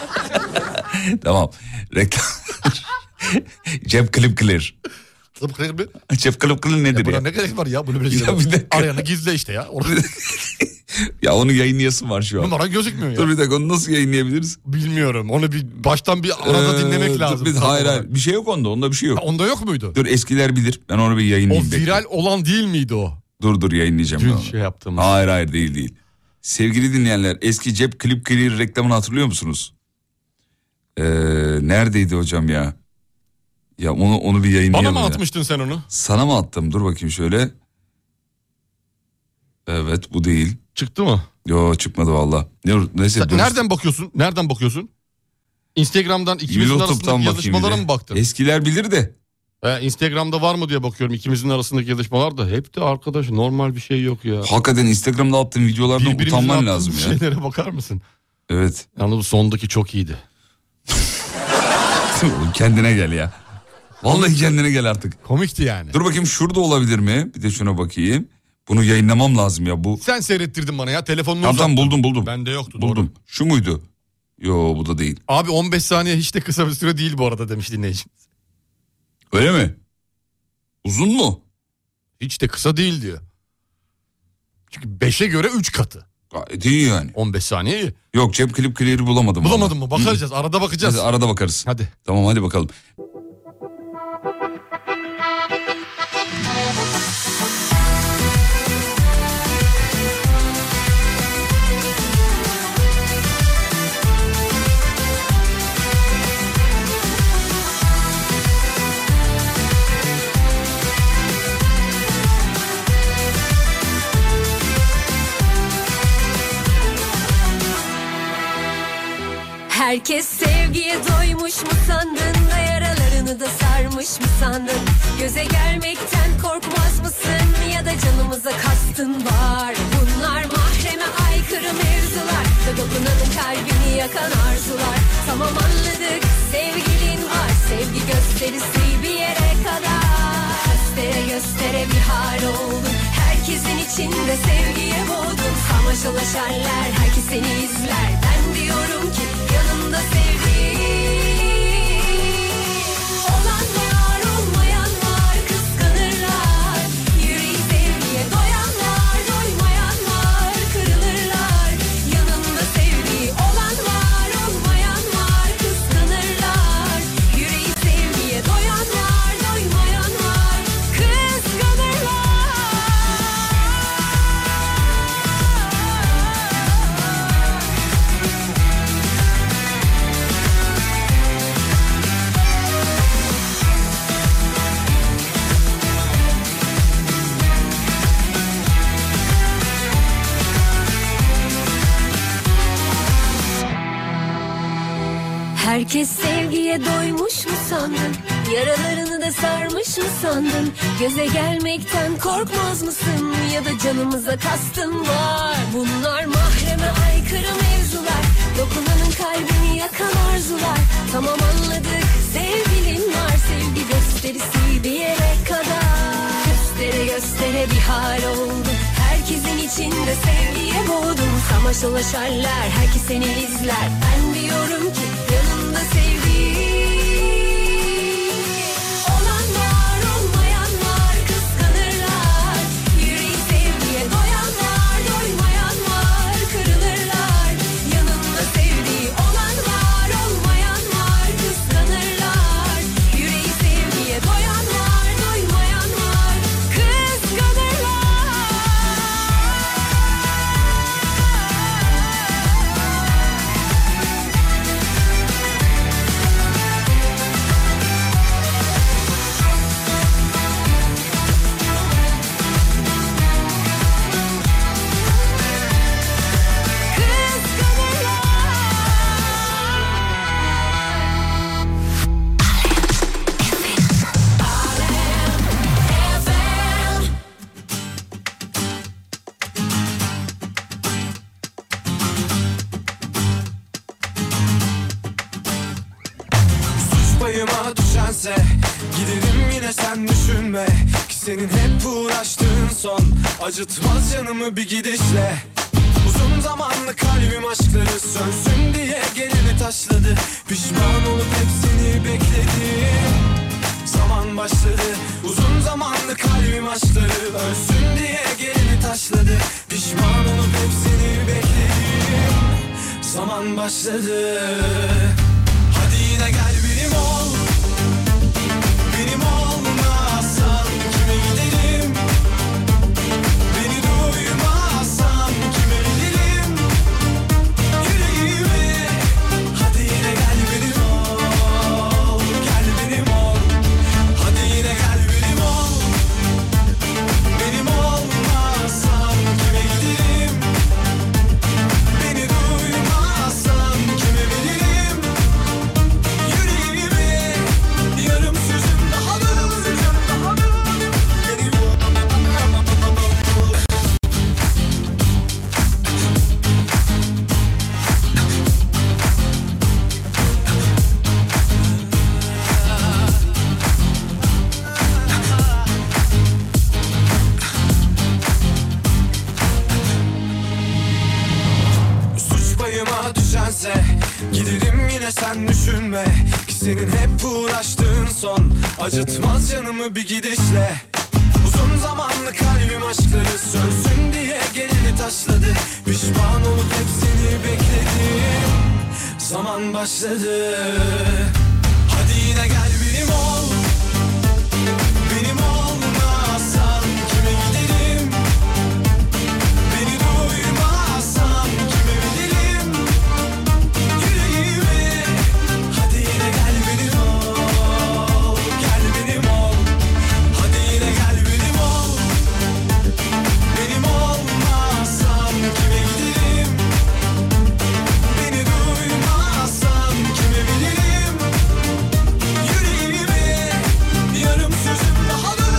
Tamam. Reklam. Cep clip clear. Cep clip clear nedir ya? Buna ne gerek var ya? Bunu arayana gizle işte ya. Ya onu yayınlayasın var şu an. Numara gözükmüyor ya. Dur bir dakika, onu nasıl yayınlayabiliriz? Bilmiyorum. Onu bir baştan bir arada dinlemek lazım. Hayır. Bir şey yok onda. Onda bir şey yok. Onda yok muydu? Dur, eskiler bilir. Ben onu bir yayınlayayım. O viral olan değil miydi o? Dur yayınlayacağım. Dün şey yaptım. Hayır değil. Sevgili dinleyenler, eski cep clip clear reklamını hatırlıyor musunuz? Neredeydi hocam ya? Ya onu bir yayınlayalım. Bana mı atmıştın sen onu? Sana mı attım? Dur bakayım şöyle. Evet, bu değil. Çıktı mı? Yo, çıkmadı valla. Neyse. Nereden bakıyorsun? Instagram'dan ikimizin arasındaki yazışmalara mı baktın? Eskiler bilir de. Instagram'da var mı diye bakıyorum. İkimizin arasındaki yazışmalar da hep de arkadaş, normal bir şey yok ya. Hakikaten Instagram'da attığın videolardan utanman lazım ya. Şeylere bakar mısın? Evet. Yalnız bu sondaki çok iyiydi. Kendine gel ya. Vallahi kendine gel artık. Komikti yani. Dur bakayım, şurada olabilir mi? Bir de şuna bakayım. Bunu yayınlamam lazım ya bu. Sen seyrettirdin bana ya, telefonunu uzattın. Tamam, buldum. Bende yoktu. Buldum. Doğru. Şu muydu? Yo, bu da değil. Abi 15 saniye hiç de kısa bir süre değil bu arada demiş dinleyicimiz. Öyle mi? Uzun mu? Hiç de kısa değil diyor. Çünkü 5'e göre 3 katı. Gayet iyi yani. 15 saniye iyi. Yok, cep clip clear'ı bulamadım. Bulamadın mı? Bakacağız. Arada bakacağız. Hadi, arada bakarız. Hadi. Tamam, hadi bakalım. Herkes sevgiye doymuş mu sandın da yaralarını da sarmış mı sandın? Göze gelmekten korkmaz mısın ya da canımıza kastın var? Bunlar mahreme aykırı mevzular ve dokunanın kalbini yakan arzular. Tamam, anladık, sevgilin var, sevgi gösterisi bir yere kadar. Göstere bir hal oldun, herkesin içinde sevgiye boğdun. Samaşalaşarlar, herkes seni izler, ben diyorum ki yanında sevdiğim olan var, olmayan var, kıskanırlar. Yüreği sevgiye doyanlar, doymayan var, kırılırlar. Yanında sevdiği olan var, olmayan var, kıskanırlar. Herkes sevgiye doymuş mu sandın? Yaralarını da sarmış mı sandın? Göze gelmekten korkmaz mısın? Ya da canımıza kastın var. Bunlar mahreme aykırı mevzular. Dokunanın kalbini yakan arzular. Tamam anladık, sevgilin var. Sevgi gösterisi bir yere kadar. Göstere göstere bir hal oldu. Herkesin içinde sevgiye boğdum. Samaş dolaşarlar, herkes seni izler. Ben diyorum ki yanında sevdiğim olan var, olmayan var, kıskanırlar. Yüreği sevgiye doyan var, doymayan var, kırılırlar. Yanında sevdiği olan var, olmayan var, kıskanırlar. Yüreği sevgiye doyan var, doymayan var, kıskanırlar. Payıma düşense giderim yine sen düşünme ki senin hep uğraştığın son acıtmaz canımı bir gidişle. Uzun zamanlı kalbim aşkları sönsün diye gelini taşladı. Pişman olup hepsini bekledim. Zaman başladı. Uzun zamanlı kalbim aşkları ölsün diye gelini taşladı. Pişman olup hepsini bekledim. Zaman başladı. Hadi yine gel benim ol. Benim olmazsan kime giderim? Beni duymazsan kime bilirim? Yüreğimi hadi yine gel benim ol. Gel benim ol. Hadi yine gel benim ol. Benim olmazsan kime giderim? Beni duymazsan kime bilirim? Yüreğimi yarım sözüm daha da benim ol. Suç payıma düşense giderim yine sen düşünme ki senin hep uğraştığın son acıtmaz canımı bir gidişle. Uzun zamanlı kalbim aşkları sönsün diye gelini taşladı. Pişman olup hepsini bekledim. Zaman başladı. Hadi yine gel benim ol. Benim olmazsan kime giderim? Beni duymazsan kime bilirim? Yüreğimi hadi yine gel benim ol. Gel benim ol. Hadi yine gel benim ol. Benim olmazsan kime giderim? Beni duymazsan kime bilirim? Yüreğimi yarım sözüm daha da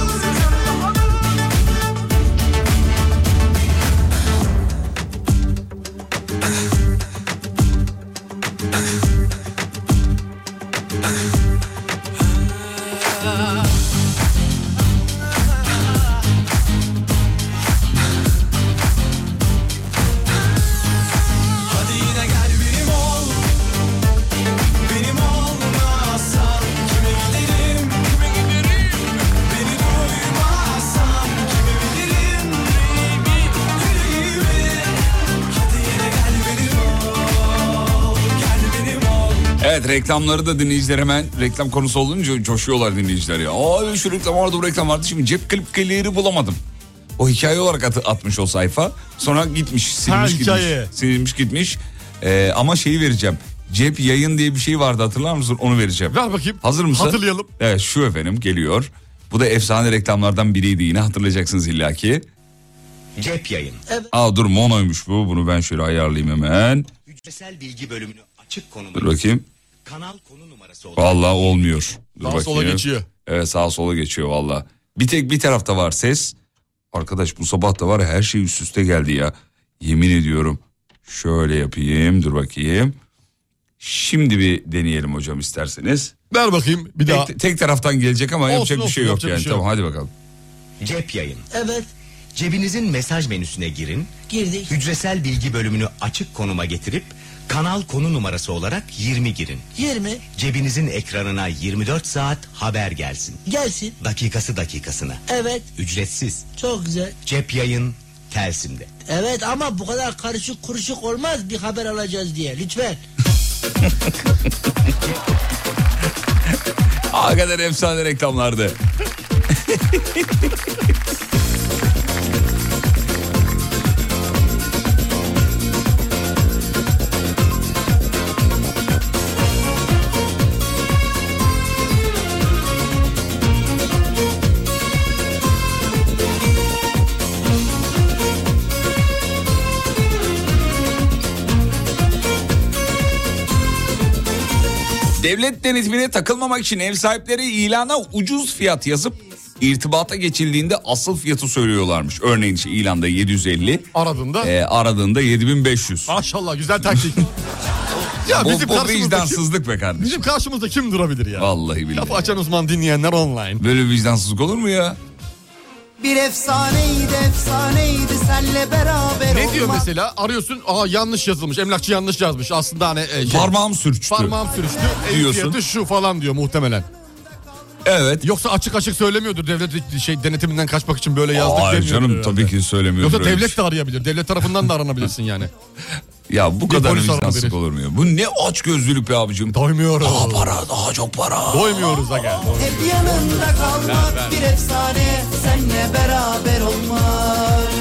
hadi yine gel benim ol. Benim olmazsan kime giderim? Beni duymazsan kime bilirim? Yüreğimi hadi yine gel benim ol. Gel benim ol. Evet, reklamları da dinleyiciler hemen reklam konusu olunca coşuyorlar dinleyiciler ya. Aa, şu reklam vardı, bu reklam vardı. Şimdi cep klipleri bulamadım. O hikaye olarak atmış o sayfa. Sonra gitmiş, silmiş gitmiş. hikaye. Silmiş gitmiş. Ama şeyi vereceğim. Cep yayın diye bir şey vardı, hatırlar mısın? Onu vereceğim. Ver bakayım. Hazır mısın? Hatırlayalım. Evet, şu efendim geliyor. Bu da efsane reklamlardan biriydi, yine hatırlayacaksınız illaki. Cep yayın. Aa dur, monoymuş bu. Bunu ben şöyle ayarlayayım hemen. Hücresel bilgi bölümünü açık konumda. Dur bakayım. kanal konu numarası olarak. Vallahi olmuyor. Dur Sağa sola bakayım. geçiyor. Evet, sağa sola geçiyor vallahi. Bir tek bir tarafta var ses. Arkadaş bu sabah da var ya, her şey üst üste geldi ya. Yemin ediyorum. Şöyle yapayım, dur bakayım. Şimdi bir deneyelim hocam isterseniz. Ver bakayım bir daha. Tek taraftan gelecek ama Olsun, yapacak bir olsun, şey yok yapacak yani. bir şey yok. Tamam, hadi bakalım. Cep yayın. Evet, Cebinizin mesaj menüsüne girin. girdik. Hücresel bilgi bölümünü açık konuma getirip kanal konu numarası olarak 20 girin. 20 Cebinizin ekranına 24 saat haber gelsin. gelsin. Dakikası dakikasına. Evet, Ücretsiz. çok güzel. Cep yayın Telsim'de. Evet ama bu kadar karışık kuruşuk olmaz bir haber alacağız diye. Lütfen. Hakikaten efsane reklamlardı. Devlet denetimine takılmamak için ev sahipleri ilana ucuz fiyat yazıp irtibata geçildiğinde asıl fiyatı söylüyorlarmış. Örneğin işte ilanda 750, Aradığında. aradığında 7500. Maşallah, güzel taktik. Ya Bu karşımızda vicdansızlık be kardeşim. bizim karşımızda kim durabilir ya? Vallahi billahi. Kafa açan uzman dinleyenler online. Böyle bir vicdansızlık olur mu ya? Bir efsaneydi efsaneydi senle beraber Ne diyor olmak. mesela? Arıyorsun, yanlış yazılmış. Emlakçı yanlış yazmış. Aslında hani Parmağım sürçtü. parmağım sürüştü. Ev Diyorsun. fiyatı şu falan diyor muhtemelen. Evet. Yoksa açık açık söylemiyordur. Devlet denetiminden kaçmak için böyle yazdık Hayır demiyordur canım, herhalde. tabii ki söylemiyordur. Yoksa öyle bir devlet şey. de arayabilir. Devlet tarafından da aranabilirsin yani. Ya bu Bir kadar polis vicdansızlık arama olur mu ya? Bu ne aç gözlülük be abicim. Doymuyoruz. Daha para, daha çok para. Doymuyoruz aga. Hep yanında kalmak bir efsane senle beraber olmak.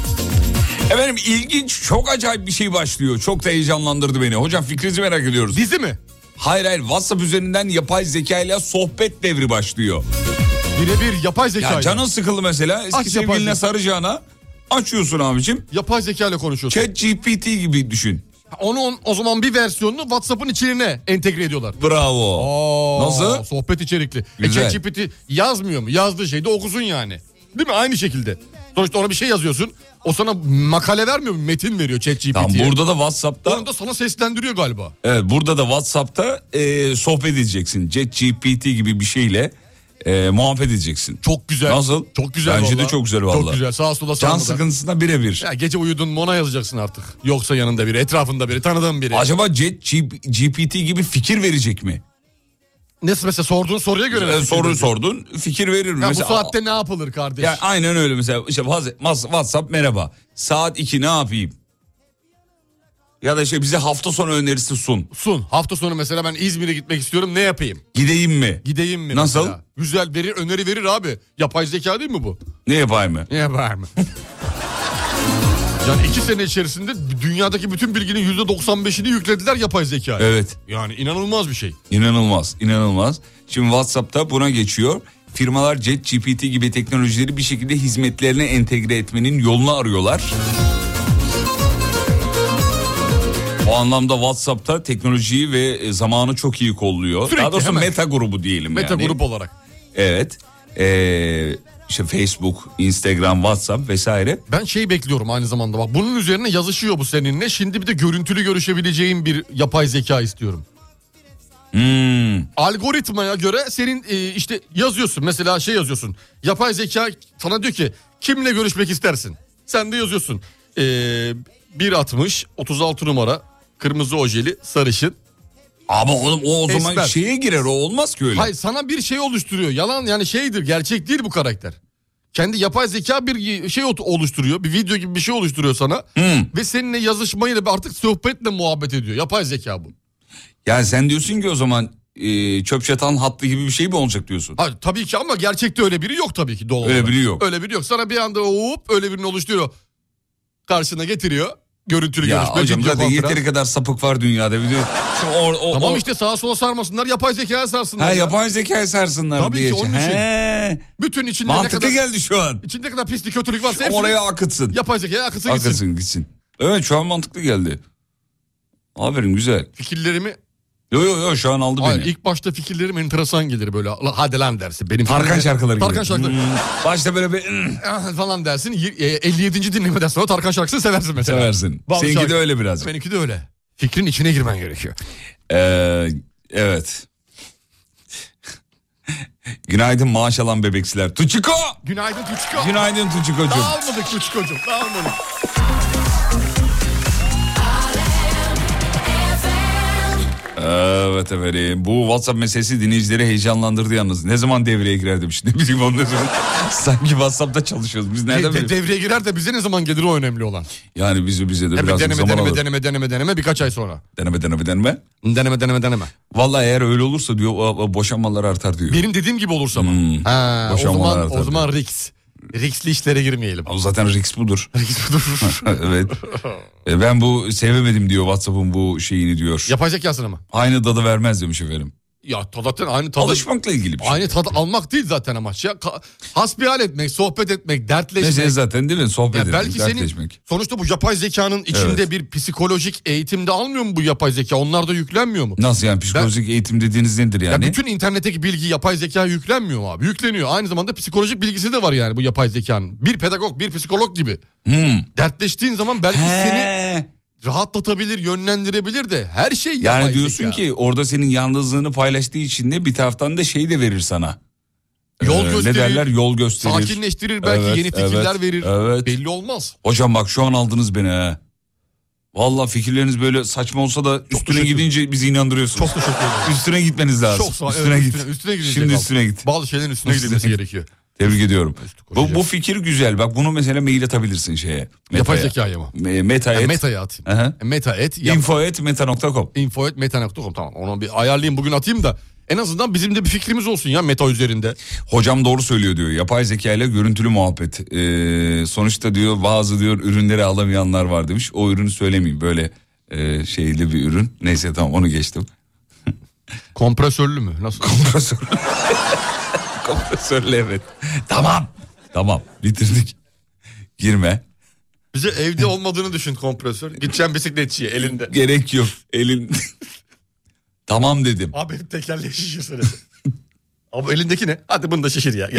Efendim ilginç, çok acayip bir şey başlıyor. Çok da heyecanlandırdı beni. Hocam fikrinizi merak ediyoruz. Dizi mi? Hayır, WhatsApp üzerinden yapay zeka ile sohbet devri başlıyor. Birebir yapay zeka. Ya canın sıkıldı mesela, eski Aç yapay sevgiline zeka. saracağına açıyorsun abicim. Yapay zeka ile konuşuyorsun. ChatGPT gibi düşün. Onun o zaman bir versiyonunu WhatsApp'ın içine entegre ediyorlar. Bravo. Nasıl? Sohbet içerikli. Güzel. ChatGPT yazmıyor mu? Yazdığı şeyi de okusun yani. Değil mi? Aynı şekilde. Sonuçta ona bir şey yazıyorsun. O sana makale vermiyor mu? Metin veriyor ChatGPT'ye. Tamam, burada da WhatsApp'ta. Onu da sana seslendiriyor galiba. Evet, burada da WhatsApp'ta sohbet edeceksin. ChatGPT gibi bir şeyle muhabbet edeceksin. Çok güzel. Nasıl? Çok güzel Bence vallahi. de çok güzel vallahi. Çok güzel. Sağa sola Can sarmadan. sıkıntısına birebir. Ya gece uyudun mu ona yazacaksın artık. Yoksa yanında biri, etrafında biri, tanıdığın biri. Acaba ChatGPT gibi fikir verecek mi? Nasıl mesela sorduğun soruya göre? Soru sordun, fikir verir mi? Ya Mesela, bu saatte ne yapılır kardeş? ya aynen öyle mesela. İşte WhatsApp merhaba. Saat 2 ne yapayım? Ya da işte bize hafta sonu önerisi sun. Sun. Hafta sonu mesela ben İzmir'e gitmek istiyorum, ne yapayım? Gideyim mi? Gideyim mi? Nasıl? Mesela? Güzel verir, öneri verir abi. Yapay zeka değil mi bu? Ne yapayım mı? Ne yapar mı? Yani 2 sene içerisinde dünyadaki bütün bilginin %95'ini yüklediler yapay zekaya. Evet. Yani inanılmaz bir şey. İnanılmaz, inanılmaz. Şimdi WhatsApp'ta buna geçiyor. Firmalar ChatGPT gibi teknolojileri bir şekilde hizmetlerine entegre etmenin yolunu arıyorlar. O anlamda WhatsApp'ta teknolojiyi ve zamanı çok iyi kolluyor. Sürekli, Daha doğrusu hemen. meta grubu diyelim Meta yani. grup olarak. Evet. İşte Facebook, Instagram, WhatsApp vesaire. Ben şey bekliyorum aynı zamanda, bak bunun üzerine yazışıyor bu seninle. Şimdi bir de görüntülü görüşebileceğim bir yapay zeka istiyorum. Algoritmaya göre senin işte yazıyorsun mesela, şey yazıyorsun. Yapay zeka sana diyor ki kimle görüşmek istersin? Sen de yazıyorsun. 1.60 36 numara kırmızı ojeli sarışın. Ama oğlum o zaman Esmer. şeye girer, o olmaz ki öyle. Hayır, sana bir şey oluşturuyor. Yalan yani, şeydir, gerçek değil bu karakter. Kendi yapay zeka bir şey oluşturuyor. Bir video gibi bir şey oluşturuyor sana. Ve seninle yazışmayla artık sohbetle muhabbet ediyor. Yapay zeka bu. Yani sen diyorsun ki o zaman çöp çatan hattı gibi bir şey mi olacak diyorsun? Hayır, tabii ki, ama gerçekte öyle biri yok tabii ki. Doğal Öyle olarak. biri yok. Öyle biri yok. Sana bir anda öyle birini oluşturuyor. Karşına getiriyor. Görüntülü Ya görüşme. hocam video zaten konferans. yeteri kadar sapık var dünyada. Bir de Tamam işte, sağa sola sarmasınlar, yapay zekaya sarsınlar. Ha, ya. yapay zekayı sarsınlar Tabii diye. ki, onun için. He. Bütün içinde Mantıklı ne kadar, geldi şu an. içinde ne kadar pislik, kötülük varsa hepsini Oraya akıtsın. yapay zekaya akıtsın gitsin. Gitsin. Evet, şu an mantıklı geldi. Aferin, güzel. Fikirlerimi Yo şu an aldı Hayır, beni. ilk başta fikirlerim enteresan gelir böyle. Hadi lan dersin. Benim Tarkan şarkıları gibi. Tarkan şarkıları. Başta böyle bir falan dersin. 57. dinlemeden sonra Tarkan şarkısını seversin mesela. seversin. Bazı Seninki şarkı- de öyle biraz. Benimki de öyle. Fikrin içine girmen gerekiyor. Evet. Günaydın maaş alan bebeksiler. Tuçiko! Günaydın Tuçko. Günaydın Tuçiko'cum. Dağılmadık Tuçko'cum, dağılmadık. Evet efendim. Bu WhatsApp meselesi dinleyicileri heyecanlandırdı yalnız. Ne zaman devreye girer demiş. Ne bileyim onu ne zaman. Sanki WhatsApp'ta çalışıyoruz. Biz nereden biliyoruz? Devreye girer de bize ne zaman gelir o önemli olan. Yani bize de biraz zaman alır. Deneme birkaç ay sonra. Deneme. Vallahi eğer öyle olursa diyor boşanmalar artar diyor. Benim dediğim gibi olursa mı? O zaman Riskli işlere girmeyelim. O zaten risk budur. Evet. Ben bu sevemedim diyor WhatsApp'ın bu şeyini diyor. Yapay zekasını mı? Aynı tadı vermez demiş efendim. Ya zaten aynı tadı... Alışmakla ilgili bir şey. Aynı tadı almak değil zaten amaç ya. Hasbihal etmek, sohbet etmek, dertleşmek. Mesela zaten değil mi? Sohbet etmek, belki dertleşmek. Sonuçta bu yapay zekanın içinde bir psikolojik eğitimde almıyor mu bu yapay zeka? Onlar da yüklenmiyor mu? Nasıl yani psikolojik eğitim dediğiniz nedir yani? Ya bütün internetteki bilgi yapay zeka yüklenmiyor mu abi? Yükleniyor. Aynı zamanda psikolojik bilgisi de var yani bu yapay zekanın. Bir pedagog, bir psikolog gibi. Dertleştiğin zaman belki seni rahatlatabilir, yönlendirebilir de her şey yapay yani diyorsun zeka. ki orada senin yalnızlığını paylaştığı için de bir taraftan da şey de verir sana. Yol gösterir. Ne derler? Yol gösterir. Sakinleştirir belki, yeni fikirler verir. Evet. Belli olmaz. Hocam bak şu an aldınız beni ha. Vallahi fikirleriniz böyle saçma olsa da üstüne gidince bizi inandırıyorsunuz. Çok teşekkür ederim. Üstüne gitmeniz lazım. Çok sağ ol. Üstüne Evet, git. Üstüne gidecek. Şimdi üstüne git. Bazı şeylerin üstüne gidilmesi gerekiyor. Tebrik ediyorum. Bu fikir güzel. Bak bunu mesela mail atabilirsin şeye. Yapay zekaya mı? Meta'ya at. Meta@. info@meta.com. info@meta.com tamam. Onu bir ayarlayayım bugün atayım da en azından bizim de bir fikrimiz olsun ya Meta üzerinde. Hocam doğru söylüyor diyor. Yapay zeka ile görüntülü muhabbet. Sonuçta diyor bazı diyor ürünleri alamayanlar var demiş. O ürünü söylemeyeyim böyle şeyli bir ürün. Neyse tamam onu geçtim. Kompresörlü mü? Nasıl? Kompresörlü. Kompresörlü evet. Tamam bitirdik. Girme. Bize evde olmadığını düşün kompresör. Gideceğim bisikletçiye elinde. Gerek yok elinde. Tamam dedim. Abi benim tekerleği şişirsene. Abi elindeki ne? Hadi bunu da şişir ya.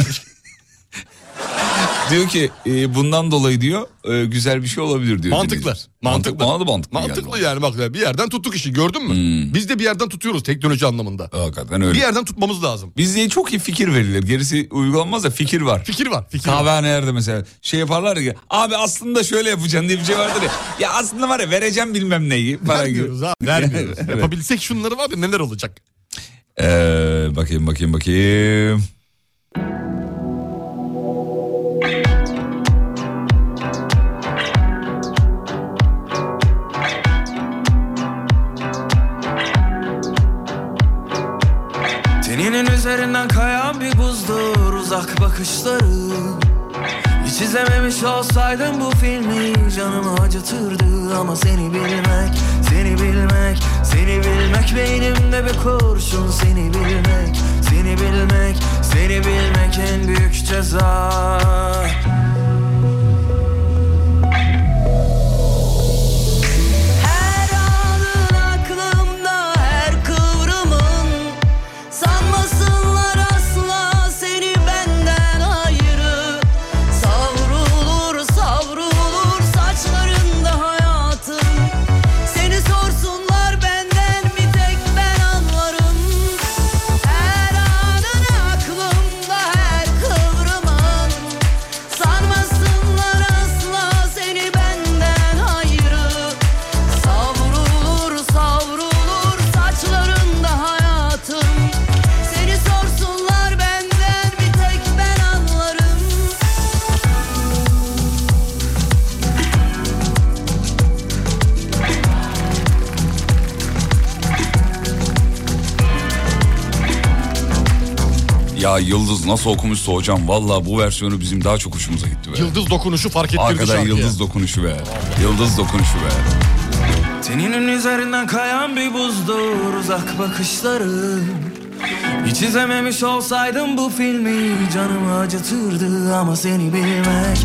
Diyor ki bundan dolayı diyor güzel bir şey olabilir diyor. Mantıklı. Mantıklı yani bak bir yerden tuttuk işi gördün mü? Biz de bir yerden tutuyoruz teknoloji anlamında. Hakikaten öyle. Bir yerden tutmamız lazım. Bizde çok iyi fikir verilir. Gerisi uygulanmaz da fikir var. Fikir var. Kahvehanelerde mesela şey yaparlar ya. Abi aslında şöyle yapacaksın diye bir şey vardır ya. Ya aslında var ya vereceğim bilmem neyi. Vermiyoruz abi. Vermiyoruz. Evet. Yapabilsek şunları var ya neler olacak. Bakayım. Teninin üzerinden kayan bir buzdur uzak bakışları. Hiç izlememiş olsaydım bu filmi canımı acıtırdı. Ama seni bilmek beynimde bir kurşun. Seni bilmek en büyük ceza. Ya Yıldız nasıl okumuşsa hocam. Vallahi bu versiyonu bizim daha çok hoşumuza gitti be. Yıldız dokunuşu fark ettirdi hakikaten şarkıya. Yıldız dokunuşu be. Yıldız dokunuşu be. Teninin üzerinden kayan bir buzdur uzak bakışları. Hiç izlememiş olsaydım bu filmi canımı acıtırdı. Ama seni bilmek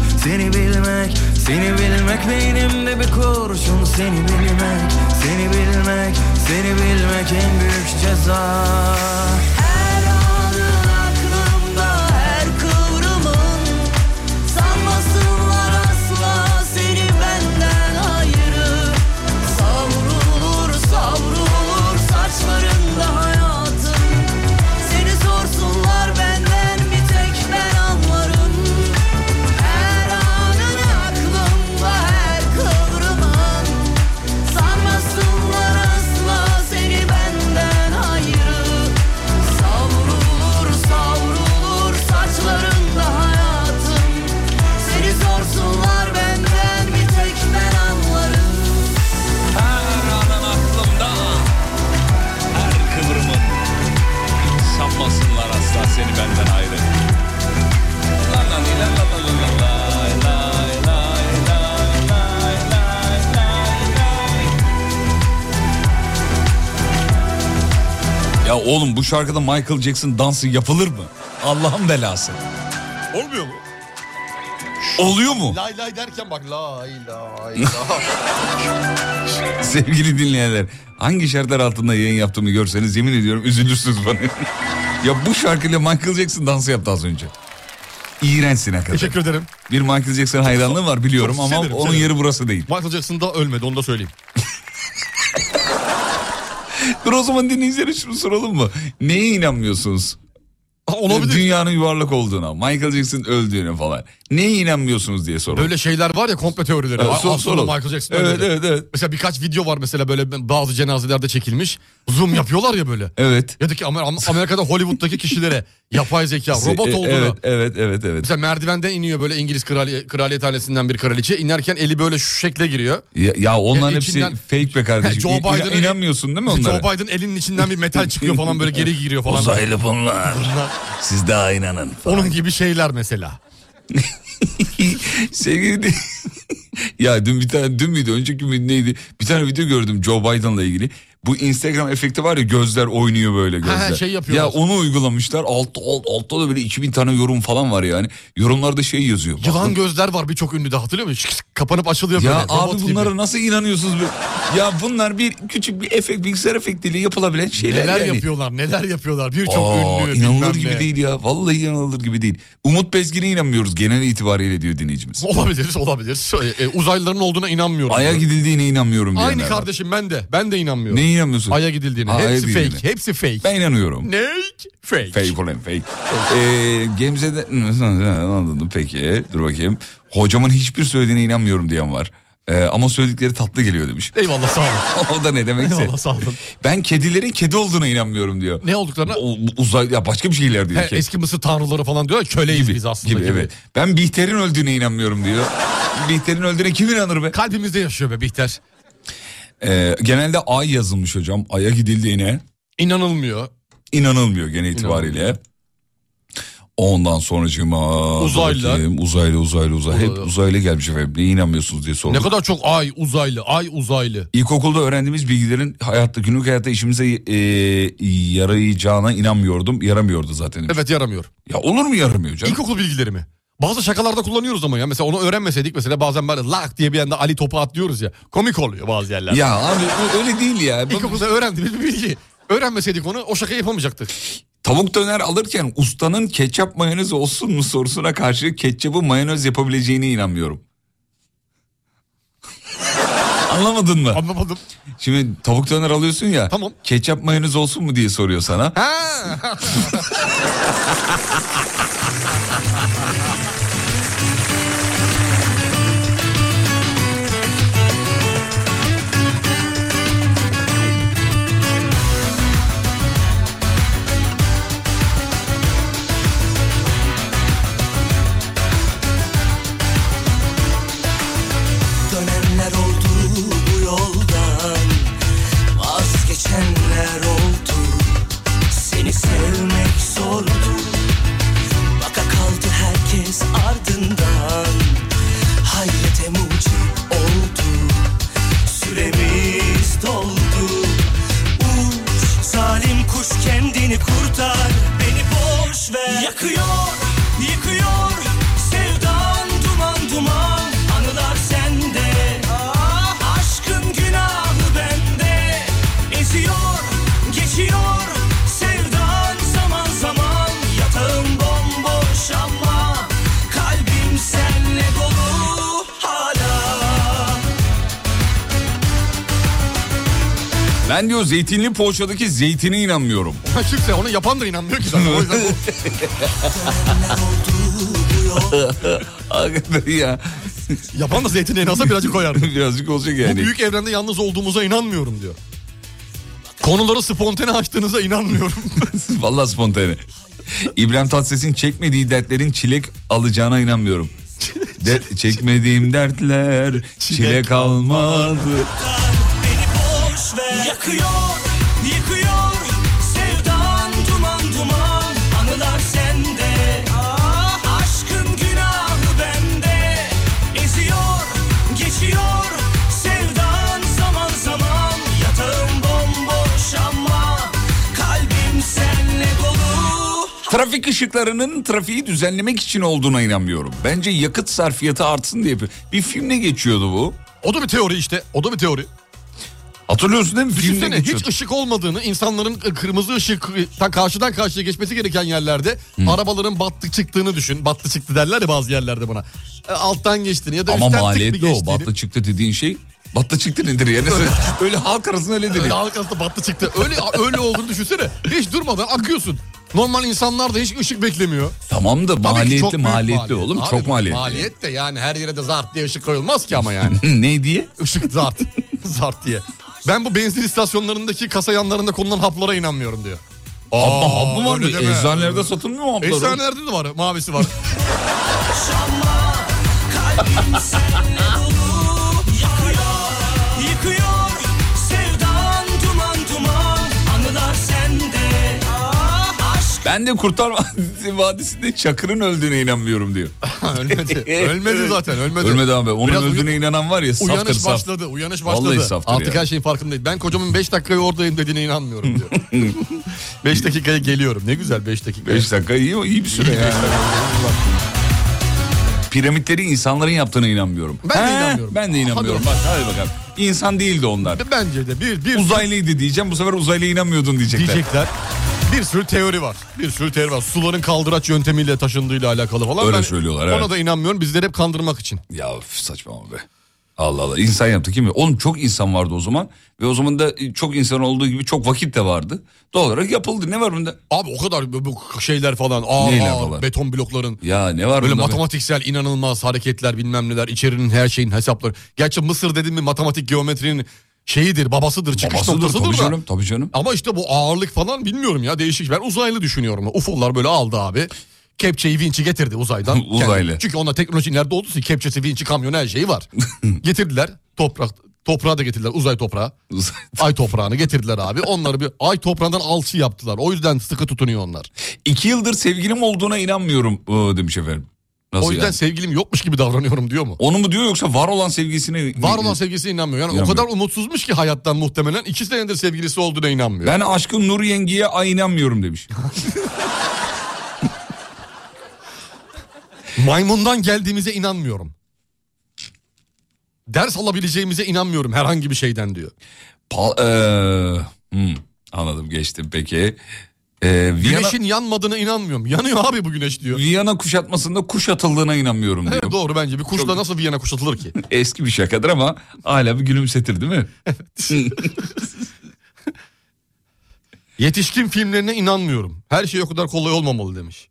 beynimde bir kurşun. Seni bilmek Seni bilmek en büyük ceza. Her anın aklımda, her kıvrımın. Sanmasınlar asla seni benden ayrı. Savrulur savrulur saçlarında hayatım. Seni sorsunlar benden bir tek ben anlarım. Her anın aklımda, her kıvrımın. Sanmasınlar asla seni benden ayrı. Savrulur savrulur saçlarında hayatım. Seni sorsunlar benden bir tek ben anlarım. Her anın aklımda, her kıvrımın. Sanmasınlar asla seni benden ayrı. La la li la la la la la lay lay lay lay lay lay. Ya oğlum bu şarkıda Michael Jackson dansı yapılır mı? Allah'ın belası. Olmuyor mu? Oluyor mu? Lay lay derken bak lay lay lay. Sevgili dinleyenler, hangi şartlar altında yayın yaptığımı görseniz yemin ediyorum üzülürsünüz bana. Ya bu şarkıyla Michael Jackson dansı yaptı az önce. İğrençsin hakikaten. Teşekkür ederim. Bir Michael Jackson hayranlığı var biliyorum Çok ama severim, onun severim. yeri burası değil. Michael Jackson da ölmedi, onu da söyleyeyim. Dur o zaman dinleyicilere şunu soralım mı? Neye inanmıyorsunuz? Olabilir. Dünyanın yuvarlak olduğuna, Michael Jackson öldüğüne falan. Neye inanmıyorsunuz diye soralım. Böyle şeyler var ya, komplo teorileri. Evet, Aslında soralım. Michael Jackson Evet, öldü. evet. Mesela birkaç video var mesela böyle bazı cenazelerde çekilmiş. Zoom yapıyorlar ya böyle. Evet. Ya da ki Amerika'da Hollywood'daki kişilere yapay zeka, robot olduğunu. Evet. Mesela merdivenden iniyor böyle İngiliz kraliyet ailesinden bir kraliçe. İnerken eli böyle şu şekle giriyor. Ya onların hepsi içinden- fake be kardeşim. Joe Biden'ın İnanmıyorsun değil mi onlara? Joe Biden elinin içinden bir metal çıkıyor falan, böyle geri giriyor falan. Uzaylı bunlar. Siz daha inanın. Onun gibi şeyler mesela. Sevgili ya dün müydü önceki müydü neydi? Bir tane video gördüm Joe Biden'la ilgili. Bu Instagram efekti var ya, gözler oynuyor böyle gözler. Şey yapıyorlar. Ya onu uygulamışlar. Altta da böyle 2000 tane yorum falan var yani. Yorumlarda şey yazıyor. Yılan gözler var birçok ünlüde, hatırlıyor musun? Kapanıp açılıyor böyle. Ya abi robot bunlara gibi. nasıl inanıyorsunuz? Ya bunlar bir küçük bir efekt, bilgisayar efektiyle yapılabilen şeyler Neler yani. neler yapıyorlar birçok ünlü. İnanılır bilmem gibi ne. değil ya. Vallahi inanılır gibi değil. Umut Bezgin'e inanmıyoruz genel itibariyle diyor dinleyicimiz. Olabilir. Uzaylıların olduğuna inanmıyorum. Ay'a gidildiğine inanmıyorum diyenler Aynı var. kardeşim ben de inanmıyorum. Ne inanmıyorsun? Ay'a gidildiğine. Ay'a Hepsi gidildiğine. fake. Hepsi fake. Ben inanıyorum. Ne? Fake. Fake falan fake. Gemze'de anladım peki. Dur bakayım. Hocamın hiçbir söylediğine inanmıyorum diyen var. Ama söyledikleri tatlı geliyor demiş. Eyvallah, sağ olun. O da ne demekse. Eyvallah, sağ olun. Ben kedilerin kedi olduğuna inanmıyorum diyor. Ne olduklarına? Uzay ya başka bir şeyler diyor. Eski Mısır tanrıları falan diyor ya, köleyiz biz aslında gibi. Evet. Ben Bihter'in öldüğüne inanmıyorum diyor. Bihter'in öldüğüne kim inanır be? Kalbimizde yaşıyor be Bihter. Genelde Ay yazılmış hocam. Ay'a gidildiğine İnanılmıyor. inanılmıyor genel itibariyle. Ondan sonracığıma Uzaylılar. uzaylı. Hep uzaylı gelmiş efendim. Neye inanmıyorsunuz diye sordum. Ne kadar çok ay uzaylı. İlkokulda öğrendiğimiz bilgilerin günlük hayatta işimize yarayacağına inanmıyordum. Yaramıyordu zaten. Evet, yaramıyor. Ya olur mu yaramıyor canım? İlkokul bilgileri mi? Bazı şakalarda kullanıyoruz ama ya. Mesela onu öğrenmeseydik mesela bazen böyle lak diye bir anda Ali topu atlıyoruz ya. Komik oluyor bazı yerlerde. Ya abi öyle değil ya. İlkokulda öğrendiğimiz bir bilgi. Öğrenmeseydik onu, o şakayı yapamayacaktık. Tavuk döner alırken ustanın ketçap mayonez olsun mu sorusuna karşı ketçapı mayonez yapabileceğine inanmıyorum. Anlamadın mı? Anlamadım. Şimdi tavuk döner alıyorsun ya. Tamam. Ketçap mayonez olsun mu diye soruyor sana. Ha. Dönenler oldu bu yoldan, vazgeçenler oldu. Seni sevmek zordu, baka kaldı herkes ardından. Hayrete mucit oldu, süremiz doldu. Uç zalim kuş, kendini kurtar, beni boş ver. Yakıyor, yıkıyor, sevdan duman duman. Anılar sende, aşkın günahı bende. Eziyor Ben diyor zeytinli poğaçadaki zeytine inanmıyorum. Kimse onu yapan da inanmıyor ki zaten. O yüzden Hakikaten ya. yapan da zeytini en aza birazcık koyar. Birazcık olacak yani. Bu büyük evrende yalnız olduğumuza inanmıyorum diyor. Konuları spontane açtığınıza inanmıyorum. Vallahi spontane. İbrahim Tatlıses'in çekmediği dertlerin çilek alacağına inanmıyorum. Çekmediğim dertler çilek almadı. Beni boş ver. Yakıyor, yıkıyor, sevdan duman duman. Anılar sende, aşkın günahı bende. Eziyor, geçiyor, sevdan zaman zaman. Yatağım bomboş ama kalbim senle dolu. Trafik ışıklarının trafiği düzenlemek için olduğuna inanmıyorum. Bence yakıt sarfiyatı artsın diye. Bir filmde geçiyordu bu. O da bir teori işte. O da bir teori. Hatırlıyorsun değil mi? Düşünsene hiç ışık olmadığını, insanların kırmızı ışıktan karşıdan karşıya geçmesi gereken yerlerde arabaların battı çıktığını düşün. Battı çıktı derler ya bazı yerlerde buna. Alttan geçtiğini ya da ama üstten maliyetli o. geçtiğini. Battı çıktı dediğin şey. Battı çıktı nedir yani? Öyle halk arasında öyle dedi. Öyle halk arasında battı çıktı. Öyle olduğunu düşünsene. Hiç durmadan akıyorsun. Normal insanlar da hiç ışık beklemiyor. Tamam da maliyetli maliyet oğlum. Abi, çok maliyetli. Maliyet de yani her yere de zart diye ışık koyulmaz ki ama yani. Ne diye? Işık zart. Zart diye. Ben bu benzin istasyonlarındaki kasa yanlarında konulan haplara inanmıyorum diyor. Ama hap mı var? öyle deme. Eczanelerde satılmıyor mu haplar? Eczanelerde de var. Mavisi var. Kalbim senle dolu. Yakıyor, yıkıyor, sevdan duman duman. Anılar sende, aşk. Ben de Kurtlar Vadisi'nde Çakır'ın öldüğüne inanmıyorum diyor. Ölmedi. Ölmedi zaten. Ölmedi abi. Onun Biraz öldüğüne inanan var ya saftır Uyanış saf. başladı. Uyanış başladı. Vallahi saftır Artık ya. her şeyin farkındayım. Ben kocamın 5 dakikaya oradayım dediğine inanmıyorum diyor. 5 dakikaya geliyorum. Ne güzel 5 dakika. 5 dakika iyi bir süre ya. Piramitleri insanların yaptığına inanmıyorum. Ben de inanmıyorum. Ben de inanmıyorum. Bak hadi bakalım. İnsan değildi onlar. Bence de bir Uzaylıydı diyeceğim. Bu sefer uzaylıya inanmıyordun diyecekler. Bir sürü teori var. Bir sürü teori var. Suların kaldıraç yöntemiyle taşındığıyla alakalı falan. Öyle Ben söylüyorlar, Ona evet. da inanmıyorum. Bizleri hep kandırmak için. Ya saçmalama be. Allah Allah. İnsan yaptı kim mi? Oğlum çok insan vardı o zaman. Ve o zaman da çok insan olduğu gibi çok vakit de vardı. Doğal olarak yapıldı. Ne var bunda? Abi o kadar bu şeyler falan. Neyler Ağır falan? beton blokların. Ya ne var Böyle bunda? matematiksel inanılmaz hareketler bilmem neler. İçerinin her şeyin hesapları. Gerçi Mısır dedim mi matematik geometrinin şeyidir, babasıdır, çıkış noktasıdır tabii da. canım, tabii canım. Ama işte bu ağırlık falan bilmiyorum ya, değişik. Ben uzaylı düşünüyorum. UFO'lar böyle aldı abi. Kepçeyi vinçi getirdi uzaydan. Uzaylı. Çünkü onda teknoloji ileride olduğu için kepçesi, vinçi, kamyonu her şeyi var. Getirdiler toprağı da getirdiler, uzay toprağı. Ay toprağını getirdiler abi. Onları bir ay toprağından alçı yaptılar. O yüzden sıkı tutunuyor onlar. 2 yıldır sevgilim olduğuna inanmıyorum demiş efendim. Nasıl o yüzden yani? sevgilim yokmuş gibi davranıyorum diyor mu? Onu mu diyor yoksa var olan sevgisine? Var olan sevgilisine inanmıyor. Yani o kadar umutsuzmuş ki hayattan muhtemelen 2 senedir sevgilisi olduğuna inanmıyor. Ben aşkın Nur Yengi'ye inanmıyorum demiş. Maymundan geldiğimize inanmıyorum. Ders alabileceğimize inanmıyorum herhangi bir şeyden diyor. Anladım, geçtim peki. Güneşin yanmadığına inanmıyorum. Yanıyor abi bu güneş diyor. Viyana kuşatmasında kuş atıldığına inanmıyorum diyor. Evet, doğru bence. Bir kuşla nasıl Viyana kuşatılır ki? Eski bir şakadır ama hala bir gülümsetir değil mi? Yetişkin filmlerine inanmıyorum. Her şey o kadar kolay olmamalı demiş.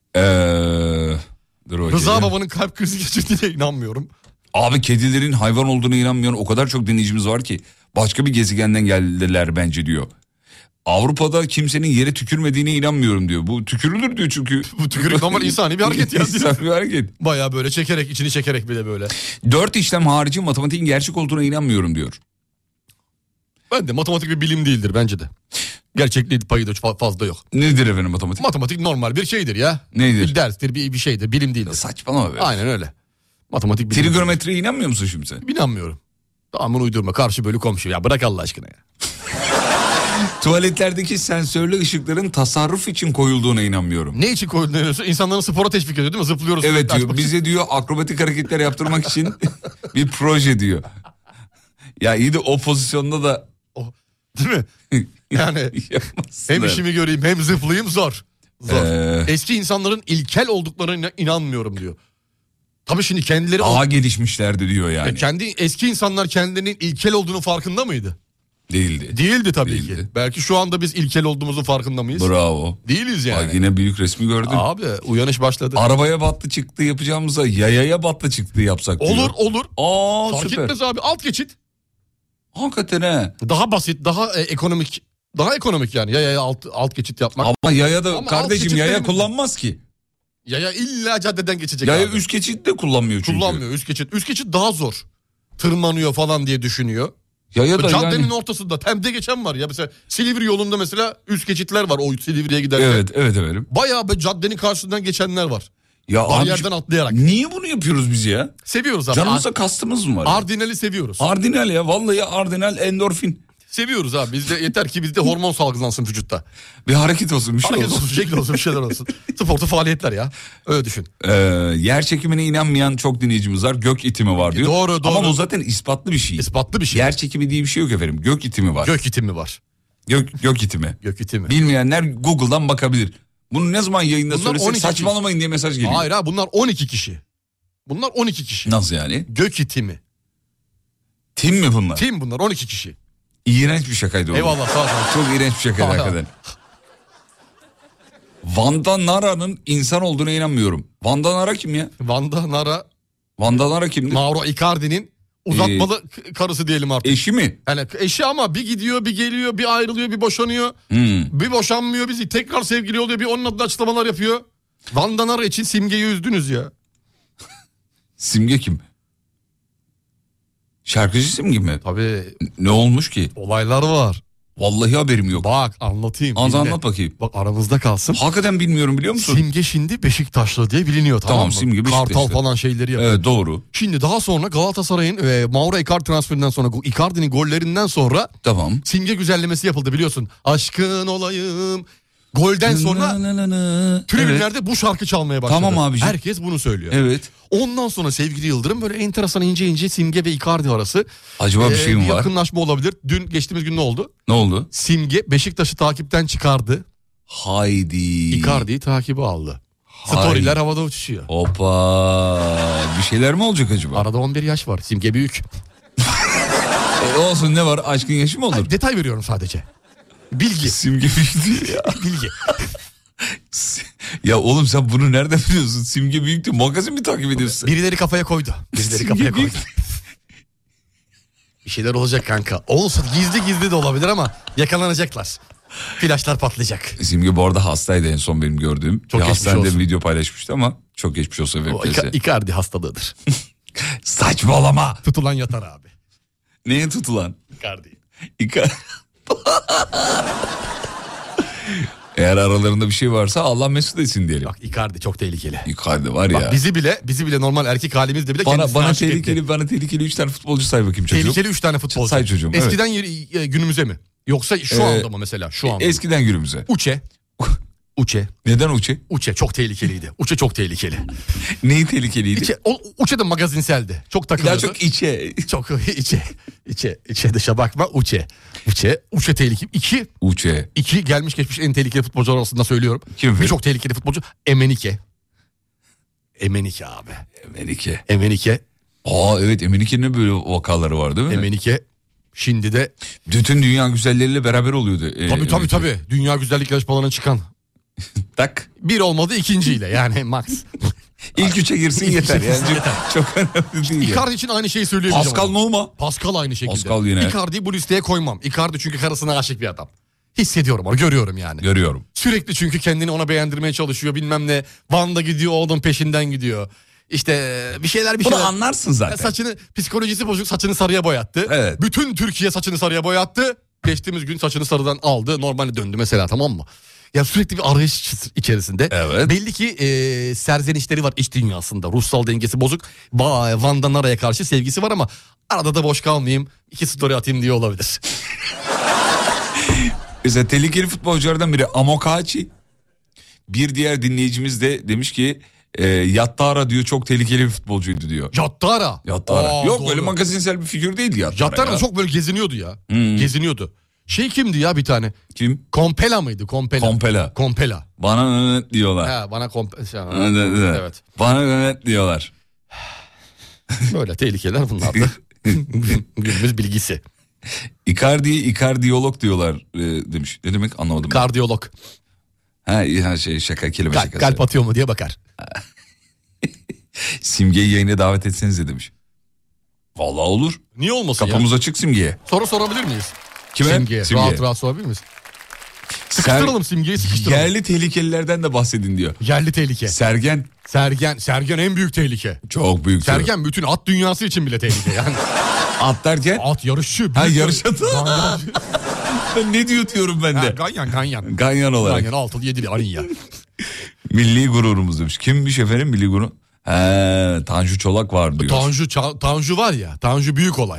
Dur bakayım. Rıza Baba'nın kalp krizi geçirdiğine inanmıyorum. Abi kedilerin hayvan olduğuna inanmıyorum. O kadar çok dinleyicimiz var ki. Başka bir gezegenden geldiler bence diyor. Avrupa'da kimsenin yere tükürmediğine inanmıyorum diyor. Bu tükürülür diyor çünkü. Bu tükürük normal insani bir hareket ya. İnsani bir hareket. Baya böyle çekerek, içini çekerek bile böyle. 4 işlem harici matematiğin gerçek olduğuna inanmıyorum diyor. Ben de matematik bir bilim değildir bence de. Gerçekliği payı da fazla yok. Nedir efendim matematik? Matematik normal bir şeydir ya. Nedir? Bir derstir, bir şeydir, bilim değildir. Saçmalama be. Aynen öyle. Matematik bilim. Trigonometriye inanmıyor musun şimdi sen? İnanmıyorum. Tamam, uydurma, karşı bölü komşu. Ya bırak Allah aşkına ya. Tuvaletlerdeki sensörlü ışıkların tasarruf için koyulduğuna inanmıyorum. Ne için koyulduğuna inanıyorsun? İnsanların spora teşvik ediyor değil mi? Zıplıyoruz. Evet diyor. Bize diyor akrobatik hareketler yaptırmak için bir proje diyor. Ya iyi de o pozisyonda da... Değil mi? Yani hem işimi göreyim hem zıplayayım zor. Eski insanların ilkel olduklarına inanmıyorum diyor. Tabii şimdi kendileri... Daha gelişmişlerdi diyor yani. Eski insanlar kendilerinin ilkel olduğunu farkında mıydı? Değildi tabii ki. Belki şu anda biz ilkel olduğumuzun farkında mıyız? Bravo. Değiliz yani. Bak yine büyük resmi gördün. Abi uyanış başladı. Arabaya battı çıktı yapacağımıza yayaya battı çıktı yapsak diyor. Olur. Aa, Fark etmez abi, alt geçit. Hakikaten he. Daha basit, daha ekonomik. Daha ekonomik yani yaya alt geçit yapmak. Ama yaya da Ama kardeşim yaya kullanmaz ki. Yaya illa caddeden geçecek yaya abi. üst geçit de kullanmıyor çünkü. Kullanmıyor üst geçit. Üst geçit daha zor. Tırmanıyor falan diye düşünüyor. Yaya da caddenin yani... ortasında temde geçen var ya, mesela Silivri yolunda mesela üst geçitler var, o Silivri'ye giderken. Evet efendim. Bayağı be caddenin karşısından geçenler var. Ya bariyerden atlayarak. Niye bunu yapıyoruz biz ya? Seviyoruz abi. Canımıza kastımız mı var? Ardinal'i seviyoruz. Ardinal ya, vallahi ardinal endorfin. Seviyoruz abi. Bizde yeter ki bizde hormon salgılansın vücutta. Bir hareket olsun, bir şey hareket olsun. Şekil olsun, bir şeyler olsun. Sportif faaliyetler ya. Öyle düşün. Yer çekimine inanmayan çok dinleyicimiz var. Gök itimi var diyor. Doğru. Ama bu zaten ispatlı bir şey. İspatlı bir şey. Yer çekimi diye bir şey yok efendim. Gök itimi var. Gök itimi var. Gök itimi. Gök itimi. Bilmeyenler Google'dan bakabilir. Bunu ne zaman yayında söylesek saçmalamayın diye mesaj geliyor. Hayır abi, bunlar 12 kişi. Bunlar 12 kişi. Nasıl yani? Gök itimi. Tim mi bunlar? Tim bunlar, 12 kişi. İğrenç bir şakaydı o. Eyvallah, sağ ol. Çok iğrenç bir şakaydı hakikaten. Vanda Nara'nın insan olduğuna inanmıyorum. Vanda Nara kim ya? Vanda Nara kimdir? Mauro Icardi'nin uzatmalı karısı diyelim artık. Eşi mi? Yani eşi ama bir gidiyor, bir geliyor, bir ayrılıyor, bir boşanıyor. Bir boşanmıyor, bizi tekrar sevgili oluyor, bir onun adına açıklamalar yapıyor. Vanda Nara için Simge'yi üzdünüz ya. Simge kim? Şarkıcı Simge mi? Tabii. Ne olmuş ki? Olaylar var. Vallahi haberim yok. Bak anlatayım. Anlat bakayım. Bak aramızda kalsın. Hakikaten bilmiyorum, biliyor musun? Simge şimdi Beşiktaşlı diye biliniyor, tamam mı? Simge Beşiktaşlı. Kartal falan şeyleri yapıyor. Evet, doğru. Şimdi daha sonra Galatasaray'ın Mauro Icardi transferinden sonra, Icardi'nin gollerinden sonra tamam. Simge güzellemesi yapıldı biliyorsun. Aşkın olayım. Golden sonra tribünlerde bu şarkı çalmaya başladı. Tamam abiciğim. Herkes bunu söylüyor. Evet. Ondan sonra sevgili Yıldırım böyle enteresan ince Simge ve Icardi arası. Acaba bir şey mi var? Yakınlaşma olabilir. Geçtiğimiz gün ne oldu? Ne oldu? Simge Beşiktaş'ı takipten çıkardı. Haydi. Icardi'yi takibi aldı. Storyler havada uçuşuyor. Hoppa. Bir şeyler mi olacak acaba? Arada 11 yaş var. Simge büyük. Olsun, ne var? Aşkın yaşı mı olur? Hayır, detay veriyorum sadece. Bilgi. Simge büyük ya. Bilgi. Ya oğlum sen bunu nereden biliyorsun? Simge büyüktü. Magazin mi takip ediyorsun? Birileri kafaya koydu. Bir şeyler olacak kanka. Olsa gizli de olabilir ama yakalanacaklar. Flaşlar patlayacak. Simge bu arada hastaydı en son benim gördüğüm. Çok geçmiş hastanede olsun. video paylaşmıştı ama çok geçmiş olsun. Icardi hastalığıdır. Saçmalama. Tutulan yatar abi. Neye tutulan? Icardi. Eğer aralarında bir şey varsa Allah mesut etsin diyelim. Bak Icardi çok tehlikeli. Icardi var ya. Bak bizi bile normal erkek halimizde bile bana tehlikeli 3 tane futbolcu say bakayım çocuğum. Tehlikeli 3 tane futbolcu. Say çocuğum. Eskiden günümüze mi? Yoksa şu anda mı mesela? Şu anda. Eskiden günümüze. Uçe. Neden Uçe? Uçe çok tehlikeliydi. Uçe çok tehlikeli. Neyi tehlikeliydi? Uçe de magazinseldi. Çok takılıyordu. Daha çok içe. Çok içe dışa bakma. Uçe tehlikeli. İki gelmiş geçmiş en tehlikeli futbolcular arasında söylüyorum. Kim? Birçok tehlikeli futbolcu. Emenike abi. Emenike. Aa evet, Emenike'nin böyle vakaları var değil mi? Emenike. Şimdi de bütün dünya güzelleriyle beraber oluyordu. Tabii. Dünya güzellik yarışmalarına çıkan. Tak. Bir olmadı ikinciyle yani max. İlk 3'e girsin yeter yani. Çok önemli değil. Icardi için aynı şeyi söyleyemeyeceğim. Pascal Nouma. Pascal aynı şekilde. Pascal yine. Icardi'yi bu listeye koymam. Icardi çünkü karısına aşık bir adam. Hissediyorum onu, görüyorum yani. Görüyorum. Sürekli çünkü kendini ona beğendirmeye çalışıyor, bilmem ne. Van'da gidiyor, o onun peşinden gidiyor. İşte bir şeyler. Bunu anlarsın zaten. Psikolojisi bozuk, saçını sarıya boyattı. Evet. Bütün Türkiye saçını sarıya boyattı. Geçtiğimiz gün saçını sarıdan aldı. Normale döndü mesela, tamam mı? Ya sürekli bir arayış içerisinde. Evet. Belli ki serzenişleri var iç dünyasında. Ruhsal dengesi bozuk. Van'dan araya karşı sevgisi var ama arada da boş kalmayayım, 2 story atayım diye olabilir. Mesela tehlikeli futbolculardan biri Amokachi. Bir diğer dinleyicimiz de demiş ki Yattara diyor, çok tehlikeli bir futbolcuydu diyor. Yattara. Yok doğru. Böyle magazinsel bir figür değildi Yattara. Yattara çok böyle geziniyordu ya. Geziniyordu. Kimdi ya bir tane? Kim? Kompela mıydı? Kompela. Bana diyorlar. Ha, bana Evet. Bana diyorlar. Böyle tehlikeler bunlar da. Günümüz bilgisi. Icardi'ye ikardiyolog diyorlar demiş. Ne demek anlamadım. Kardiyolog. Ha şaka kelime şakası. Kalp atıyor mu diye bakar. Simge'yi yayına davet etsenize demiş. Vallahi olur. Niye olmasın Kapımız ya? açık Simge'ye. Soru sorabilir miyiz? Kime? Simge'ye. Rahat sorabilir miyiz? Sıkıştıralım Simge'yi sıkıştıralım. Yerli tehlikelilerden de bahsedin diyor. Yerli tehlike. Sergen en büyük tehlike. Çok büyük. Sergen bütün at dünyası için bile tehlike yani. At derken? At yarışçı. Ha yarış atı. Ne diyorum ben de. Ganyan. Ganyan olarak. Ganyan 6'lı 7'li Arinya. Milli gururumuz demiş. Kimmiş efendim milli gurur? Tanju Çolak var diyor. Tanju var ya. Tanju büyük olay.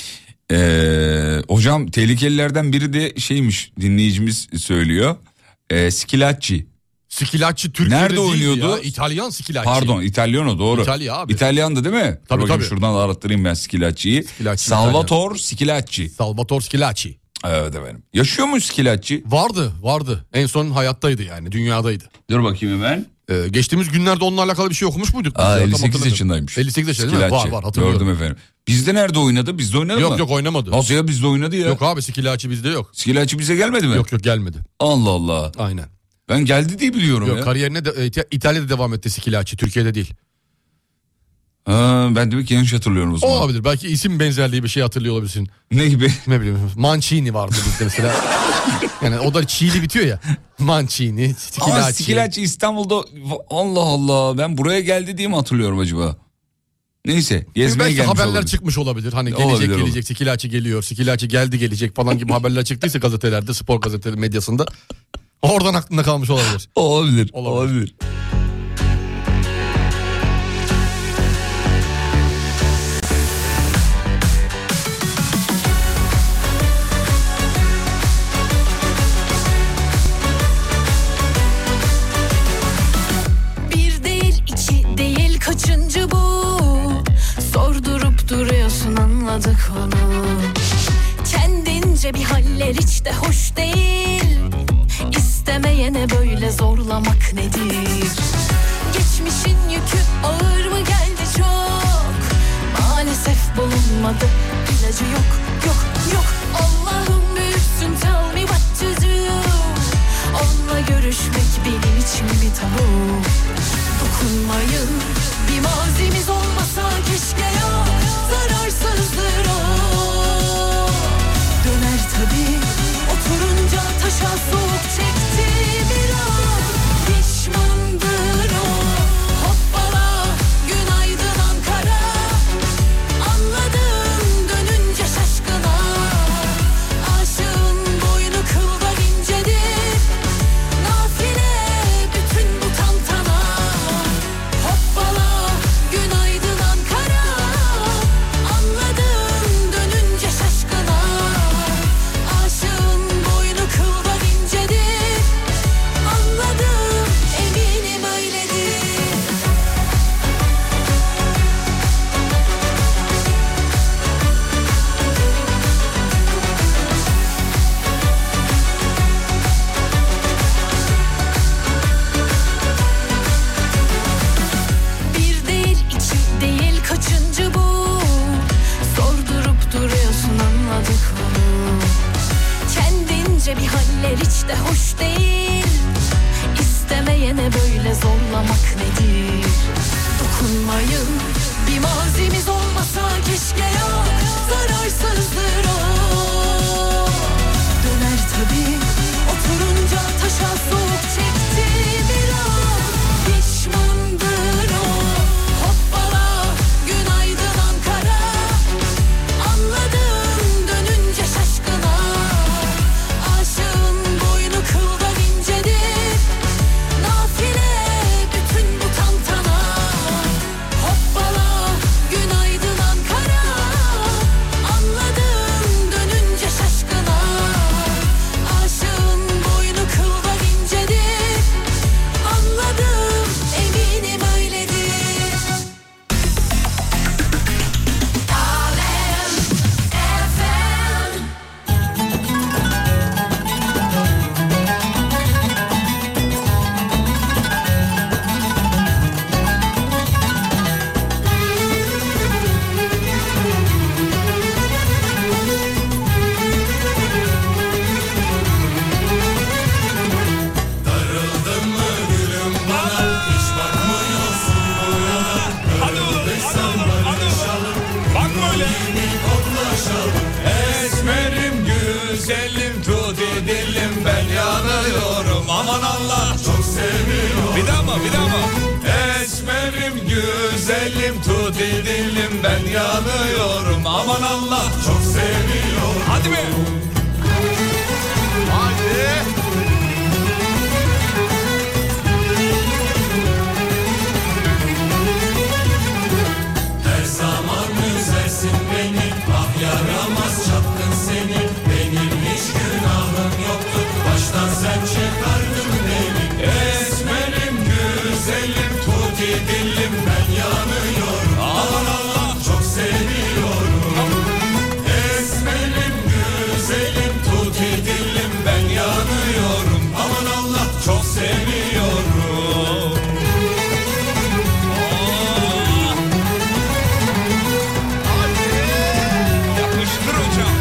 Hocam tehlikelilerden biri de şeymiş, dinleyicimiz söylüyor. Skilacci. Skilacci Türkiye'de nerede oynuyordu? Ya, İtalyan Skilacci. Pardon, İtalyano doğru. İtalya abi. İtalyandı değil mi? Tabii. Şuradan da arattırayım ben Skilacci'yi. Salvatore Skilacci. Salvatore Skilacci. Evet efendim. Yaşıyor mu Skilacci? Vardı. En son hayattaydı yani, dünyadaydı. Dur bakayım hemen. Geçtiğimiz günlerde onunla alakalı bir şey okumuş muyduk? 58 yaşındaymış. 58 yaşında değil mi? Var hatırlıyorum. Gördüm efendim. Bizde nerede oynadı? Bizde oynadı mı? Yok oynamadı. Nasıl ya, bizde oynadı ya? Yok abi, Skilacci bizde yok. Skilacci bize gelmedi mi? Yok gelmedi. Allah Allah. Aynen. Ben geldi diye biliyorum ya. Yok, kariyerine de İtalya'da devam etti Skilacci, Türkiye'de değil. Ben demek ki yanlış hatırlıyorum o zaman. Olabilir, belki isim benzerliği bir şey hatırlıyor olabilirsin. Ne gibi? Ne bileyim, Mancini vardı bizde mesela. Yani o da Çiğli bitiyor ya. Mancini, Skilacci. Ama Skilacci İstanbul'da, Allah Allah, ben buraya geldi diye mi hatırlıyorum acaba? Neyse, gezmeye gelmiş haberler olabilir. Çıkmış olabilir. Hani Olabilir, gelecek Skilacci geliyor, Skilacci gelecek falan gibi haberler çıktıysa gazetelerde, spor gazeteleri medyasında. Oradan aklında kalmış olabilir. Olabilir. Bir değil, iki değil, kaçıncı bu? Sordurup duruyorsun, anladık onu. Kendince bir haller hiç de hoş değil. İstemeyene böyle zorlamak nedir? Geçmişin yükü ağır mı geldi çok? Maalesef bulunmadı, ilacı yok. Allah'ım büyüksün, tell me what to do. Onunla görüşmek benim için bir tabu. Dokunmayın, bir mazimiz olmasa keşke ya. Zararsızdır o. Döner tabii, oturunca taşa soğuk çekti biraz. Pişmandır o. Hoppala, günaydın Ankara. Anladım dönünce şaşkına. Aşığın boynu kıldan incedir. Nafile bütün bu tantana. Hoppala, günaydın Ankara. Anladım dönünce şaşkına. Aşığın boynu kıldan incedir. Anladım, eminim öyledir. Bir değil, iki değil, kaçıncı bu? Sordurup duruyorsun, anladık onu. Kendince bir haller hiç de hoş değil. İstemeyene böyle zorlamak nedir? Dokunmayın, bir mazimiz olmasa keşke ya. Zararsızdır o. Döner tabii, oturunca taşa soğuk çekti biraz. Pişmandır o. Hoppala, günaydın Ankara. Anladım dönünce şaşkına. Aşığın boynu kıldan incedir. Nafile bütün bu güzelim tut dilim ben yanıyorum. Aman Allah çok seviyorum. Hadi be. Hadi. Her zaman üzersin beni, ah yaramaz çapkın seni. Benim hiç günahım yoktu, baştan sen çıkardın beni. Esmerim güzelim tuti dilim ben yanıyorum. Aman Allah çok seviyorum. Esmerim güzelim tuti dilim ben yanıyorum. Aman Allah çok seviyorum. Yapıştır hocam.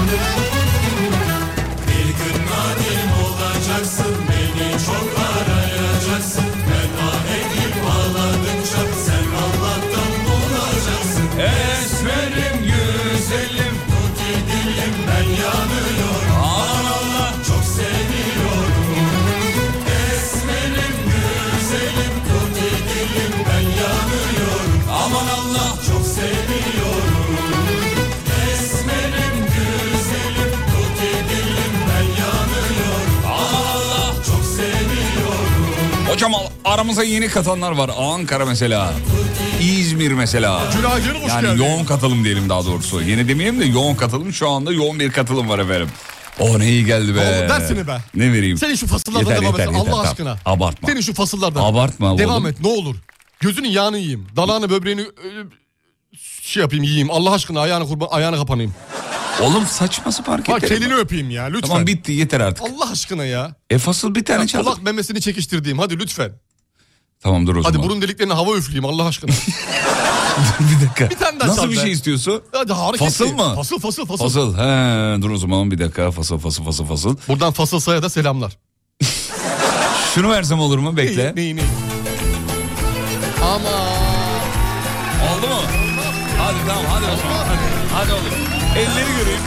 Bir gün nadim olacaksın, beni çok arayacaksın. Ben ah edip ağladıkça sen Allah'tan bulacaksın. Esmerim güzelim tuti dilim ben yanıyorum. Aman Allah çok seviyorum. Esmerim güzelim tuti dilim ben yanıyorum. Aman Allah çok seviyorum. Esmerim güzelim tuti dilim ben yanıyorum. Aman Allah çok seviyorum. Hocam aramıza yeni katanlar var. Ankara mesela. İzmir mesela. Günaydın, hoş yani geldin. yoğun katılım diyelim daha doğrusu. Yeni demeyelim de yoğun katılım. Şu anda yoğun bir katılım var efendim. O ne iyi geldi be. Oğlum dersini be. Ne vereyim? Senin şu fasıllardan devam et. Allah tamam. aşkına. Abartma. Senin şu fasıllardan. Abartma devam oğlum. et ne olur. Gözünün yağını yiyeyim. Dalağını böbreğini şey yapayım yiyeyim. Allah aşkına ayağını kapanayım. Oğlum saçma sapan hareketler. Bak kelini öpeyim ya lütfen. Tamam bitti yeter artık. Allah aşkına ya. Fasıl bir tane çal. Kulak memesini çekiştirdiğim hadi lütfen. Tamam dur o Hadi zaman. burun deliklerine hava üfleyeyim Allah aşkına. Bir dakika. Bir tane daha Nasıl çal bir be. şey istiyorsun? Hadi hareketli. Fasıl mı? Fasıl. Fasıl. He, dur o zaman bir dakika. Fasıl. Buradan Fasıl Say'a da selamlar. Şunu versem olur mu? Bekle. Neyi? Ama. Oldu mu? Hadi tamam hadi o zaman. Hadi oğlum. Elleri göreyim.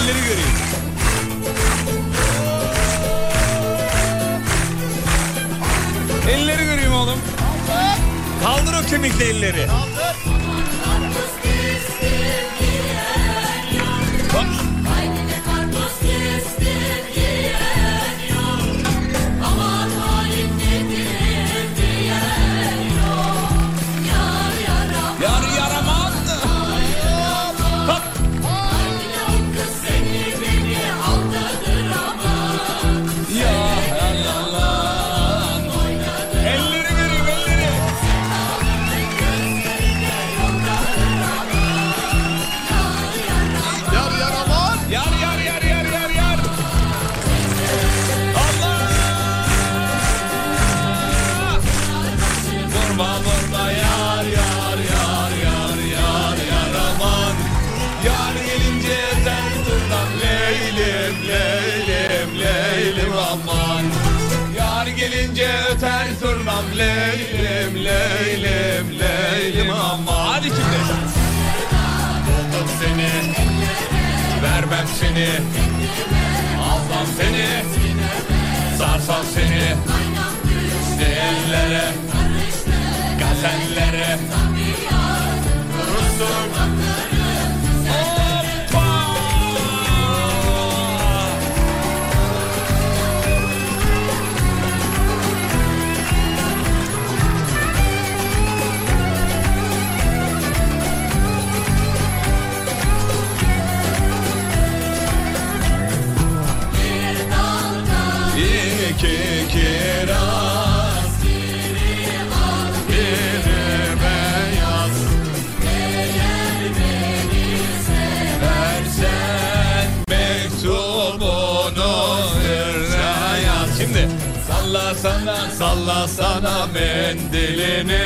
Elleri göreyim oğlum. Kaldır o kemikli elleri. Bak. Yar yaramaz. Bak. Ya Allah. Elleri vereyim elleri. Yar yaramaz. Yar. Allah. Vurma yar aman. Yar gelince sen turnam leylim aman. Yar gelince öter turnam leylim aman. Hadi şimdi. Buldum seni, vermem seni, almam seni, sarsam seni, ellere, gazetellere, vurursun. İki kiraz, biri beyaz. Eğer beni seversen mektubunu üzerine yaz. Şimdi salla sana mendilini,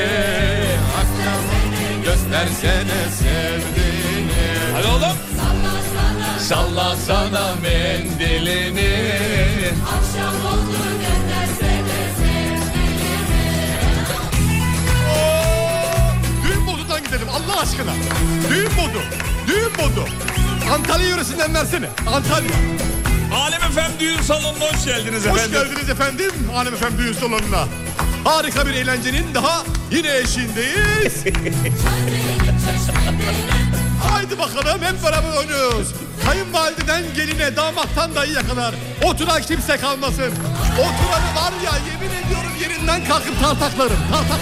göstersene sevdiğini. Hadi oğlum. Salla sana mendilini. Akşam oldu göndersene sevgilimi. Düğün modundan gidelim Allah aşkına. Düğün modu. Antalya yöresinden versene. Antalya. Alem FM düğün salonuna hoş geldiniz efendim. Hoş geldiniz efendim Alem FM düğün salonuna. Harika bir eğlencenin daha yine eşiğindeyiz. Haydi bakalım hep beraber oynuyoruz. Kayınvalideden geline, damattan dayıya kadar oturan kimse kalmasın. Oturanı var ya, yemin ediyorum yerinden kalkıp tartaklarım.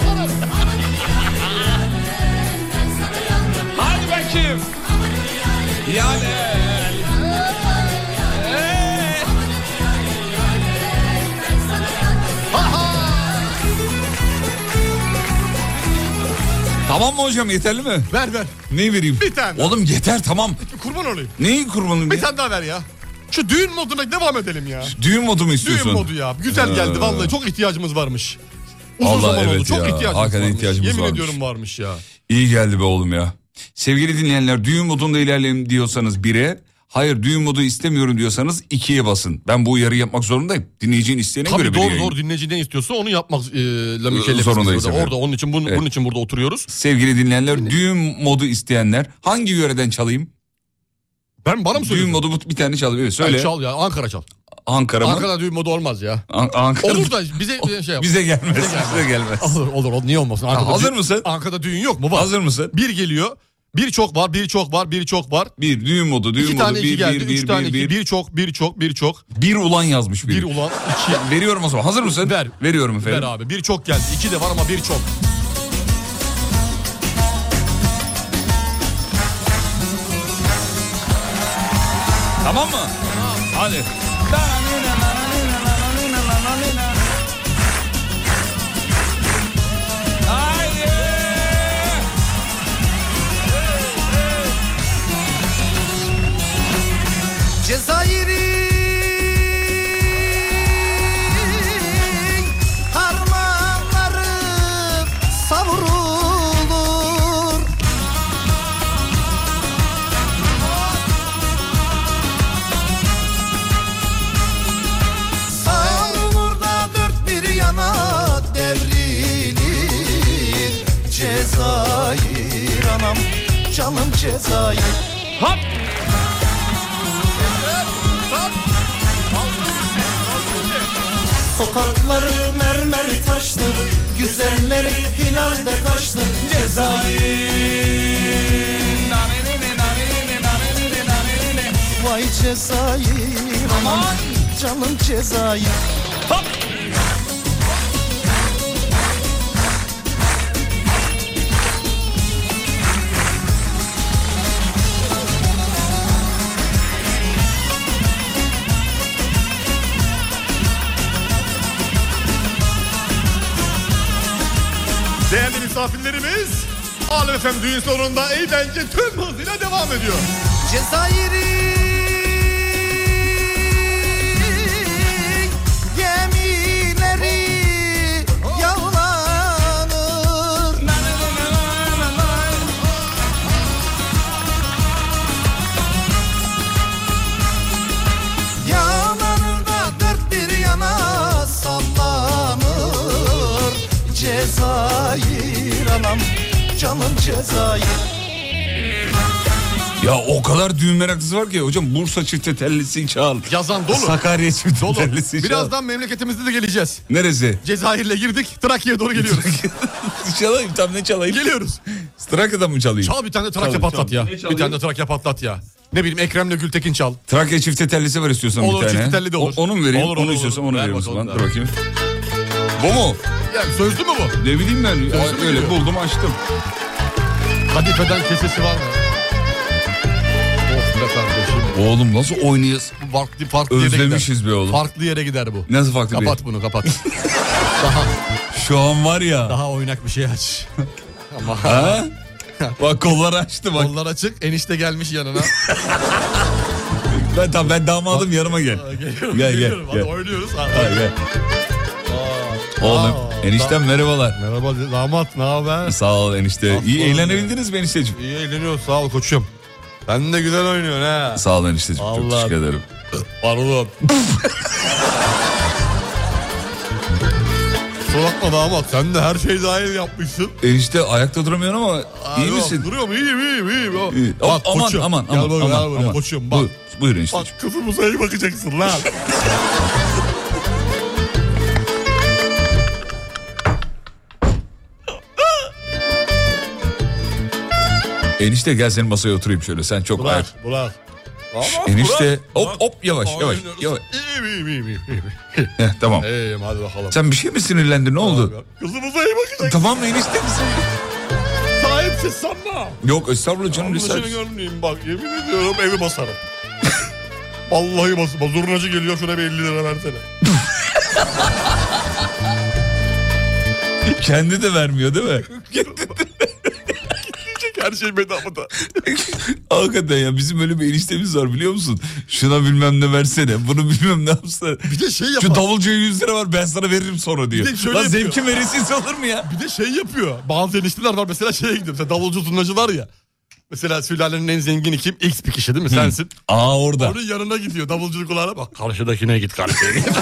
Hadi bakayım. Yani. Tamam mı hocam, yeterli mi? Ver. Neyi vereyim? Bir tane. Oğlum yeter, tamam. Kurban olayım. Neyi kurbanım Bir ya? tane daha ver ya. Şu düğün moduna devam edelim ya. Düğün modu mu istiyorsun? Düğün modu ya. Güzel geldi vallahi, çok ihtiyacımız varmış. Uzun Vallahi zaman evet oldu, çok ya. ihtiyacımız Hakikaten varmış. ihtiyacımız Yemin varmış. ediyorum varmış ya. İyi geldi be oğlum ya. Sevgili dinleyenler, düğün modunda ilerleyelim diyorsanız 1'e, hayır düğün modu istemiyorum diyorsanız 2'ye basın. Ben bu uyarı yapmak zorundayım. Dinleyicinin isteğine göre Tabii bir doğru yayın. doğru, dinleyici ne istiyorsa onu yapmakla mükellefiz. Zorundayız efendim. Orada onun için bunun için burada oturuyoruz. Sevgili dinleyenler, düğün modu isteyenler hangi yöreden çalayım? Bana mı söylüyorsun? Düğün modu bir tane çalayım. Evet, söyle. Çal ya, Ankara çal. Ankara mı? Ankara'da düğün modu olmaz ya. Ankara. Olur da bize şey yap. Bize gelmez. Bize gelmez. Olur niye olmasın? Hazır mısın? Ankara'da düğün yok mu? Var. Hazır mısın? Bir geliyor. Bir çok var. Bir düğün modu. İki tane iki geldi. bir, Üç tane bir, iki. Bir çok. Bir ulan yazmış biri. Bir ulan. İki. Veriyorum o zaman. Hazır mısın? Ver. Veriyorum efendim. Ver abi. Bir çok geldi. İki de var ama bir çok. Tamam mı? Hadi. Cezayir'in harmanları savrulur. Savrulur da dört bir yana devrilir. Cezayir anam, canım Cezayir. Hop! Sokakları mermer taştır, güzelleri hilalde kaçtır. Cezayir, vay Cezayir, aman canım Cezayir. Hop! Değerli misafirlerimiz, Alem FM düğün salonunda eğlence tüm hızıyla devam ediyor. Cezayir'in gemileri yağlanır. Yağlanır da dört bir yana sallanır. Cezayir anam, canım Cezayir. Ya o kadar düğün meraklısı var ki hocam, Bursa çifte tellisi çal. Yazan dolu. Sakarya çifte Dolu. tellisi çal. Birazdan memleketimizde de geleceğiz. Neresi? Cezayir'le girdik, Trakya'ya doğru geliyoruz. Çalayım, tam ne çalayım? Geliyoruz. Trakya'dan mı çalayım? Çal bir tane de Trakya patlat ya. Bir tane de Trakya patlat ya. Ne bileyim, Ekrem'le Gültekin çal. Trakya çifte tellisi var istiyorsan Olur, bir tane. çifte telli de olur. Onu mu vereyim? Olur, onu olur, istiyorsan olur. onu Ver veriyorum o bakalım, zaman. ver. Dur bakayım. Bu mu? Yani sözlü mü bu? Ne bileyim ben. Sözlü mü Öyle diyor? buldum, açtım. Kadifeden kesesi var mı? Of be kardeşim. Oğlum nasıl oynayız? Farklı yere gider. Özlemişiz be oğlum. Farklı yere gider bu. Nasıl farklı bir? Kapat bunu, kapat. Şu an var ya. Daha oynak bir şey aç. Ama Ha? Bak kolları açtı bak. kollar açık, enişte gelmiş yanına. Ben damadım, yanıma gel. Gel. Hadi oynuyoruz. Hadi gel. Oğlum eniştem merhabalar. Merhaba damat, ne haber? Sağ ol enişte. Aslanım İyi ya. eğlenebildiniz mi enişteciğim? İyi eğleniyoruz, sağ ol koçum. Sen de güzel oynuyorsun ha. Sağ ol enişteciğim. Çok Allah. teşekkür ederim. Pardon. Kusura bakma damat, sen de her şeyi dahil yapmışsın. Enişte ayakta duramıyorsun ama iyi yok, misin? Duruyorum, iyiyim. İyi. Bak Aman, koçum. aman. Gel buraya koçum, bak. Buyur enişteciğim. Bak kızımıza iyi bakacaksın lan. Enişte gel senin masaya oturayım şöyle. Sen çok ayak. Burak. Enişte hop yavaş. Heh, tamam. Hadi bakalım. Sen bir şey mi sinirlendin, ne oldu? Kızımıza iyi bakacaksın. Tamam enişte misin? Sahipsiz sanma. Yok estağfurullah canım. Seni görmeyeyim bak, yemin ediyorum evi basarım. Vallahi basarım. Zurnacı geliyor, şuna bir 50 lira versene. Kendi de vermiyor değil mi? Her şey bedavada. Hakikaten ya, bizim öyle bir eniştemiz var biliyor musun? Şuna bilmem ne versene, bunu bilmem ne yapsana. Bir de şey yapar. Şu davulcuya 100 lira var, ben sana veririm sonra diyor. Lan zevki veresiz olur mu ya? Bir de şey yapıyor. Bazı enişteler var mesela, şeye gidiyor. Mesela davulcu zurnacılar ya. Mesela sülalenin en zengini kim? X bir kişi değil mi? Sensin. Orada. Onun yanına gidiyor. Davulculuk kulağına bak. Karşıdakine git, karşıya git.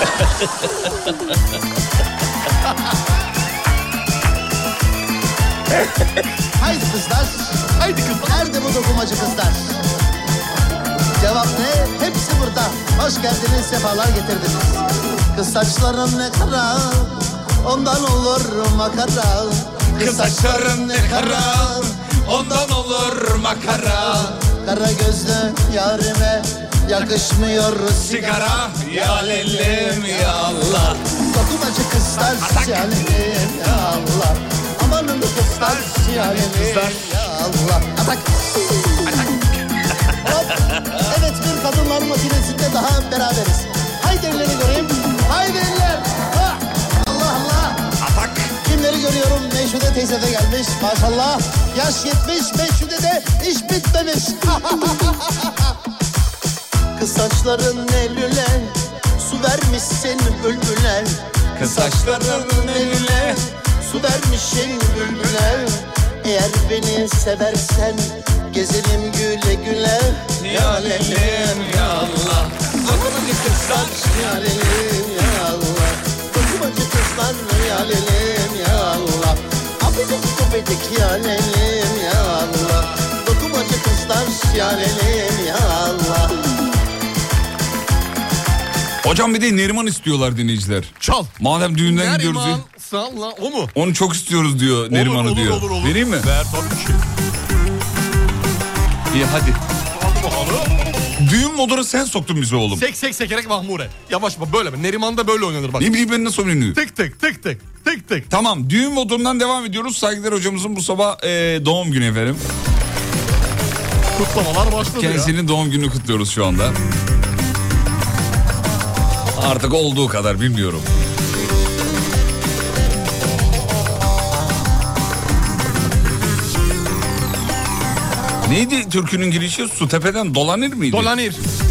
Haydi kızlar. Haydi kızlar. Nerede bu dokumacı kızlar? Cevap ne? Hepsi burada. Hoş geldiniz, sefalar getirdiniz. Kız saçların ne kara, ondan olur makara. Kız saçların ne kara, ondan olur makara. Kara gözlü yarime yakışmıyor Sigara, ya lellim ya Allah. Dokumacı kızlar, siyalim ya Allah. Amanın kızlar, siyalim ya Allah. Atak. Hop. Evet, bir kadınlar makinesinde daha beraberiz. Haydi elleri göreyim. Haydi eller. Ha. Allah Allah. Atak. Kimleri görüyorum? Meşhude teyze de gelmiş. Maşallah. Yaş 70, Meşhude de iş bitmemiş. Kız saçların eline su vermişsin bülbüle. Kız saçların eline su vermişsin bülbüle. Eğer beni seversen gezelim güle güle. Ya lellim ya Allah. Dokumacı kızlar ya lellim ya Allah. Dokumacı kızlar ya lellim ya Allah. Abidik gubidik ya lellim ya Allah. Dokumacı kızlar ya lellim ya Allah. Hocam bir de Neriman istiyorlar dinleyiciler. Çal. Madem düğünden Neriman, gidiyoruz diyor. salla, o mu? Onu çok istiyoruz diyor Neriman'ı olur, diyor. olur. Vereyim mi? Ver tabii ki. İyi hadi. Düğün modunu sen soktun bize oğlum. Sek sekerek mahmure. Yavaş bak, böyle mi? Neriman'da böyle oynanır bak. Ne bileyim ben nasıl oynanıyor? Tık tık tık tık tık tık. Tamam, düğün modundan devam ediyoruz. Saygılar hocamızın bu sabah doğum günü efendim. Kutlamalar başladı Kendisinin doğum gününü kutluyoruz şu anda. Artık olduğu kadar bilmiyorum. Neydi türkünün girişi? Su tepeden dolanır mıydı? Dolanır.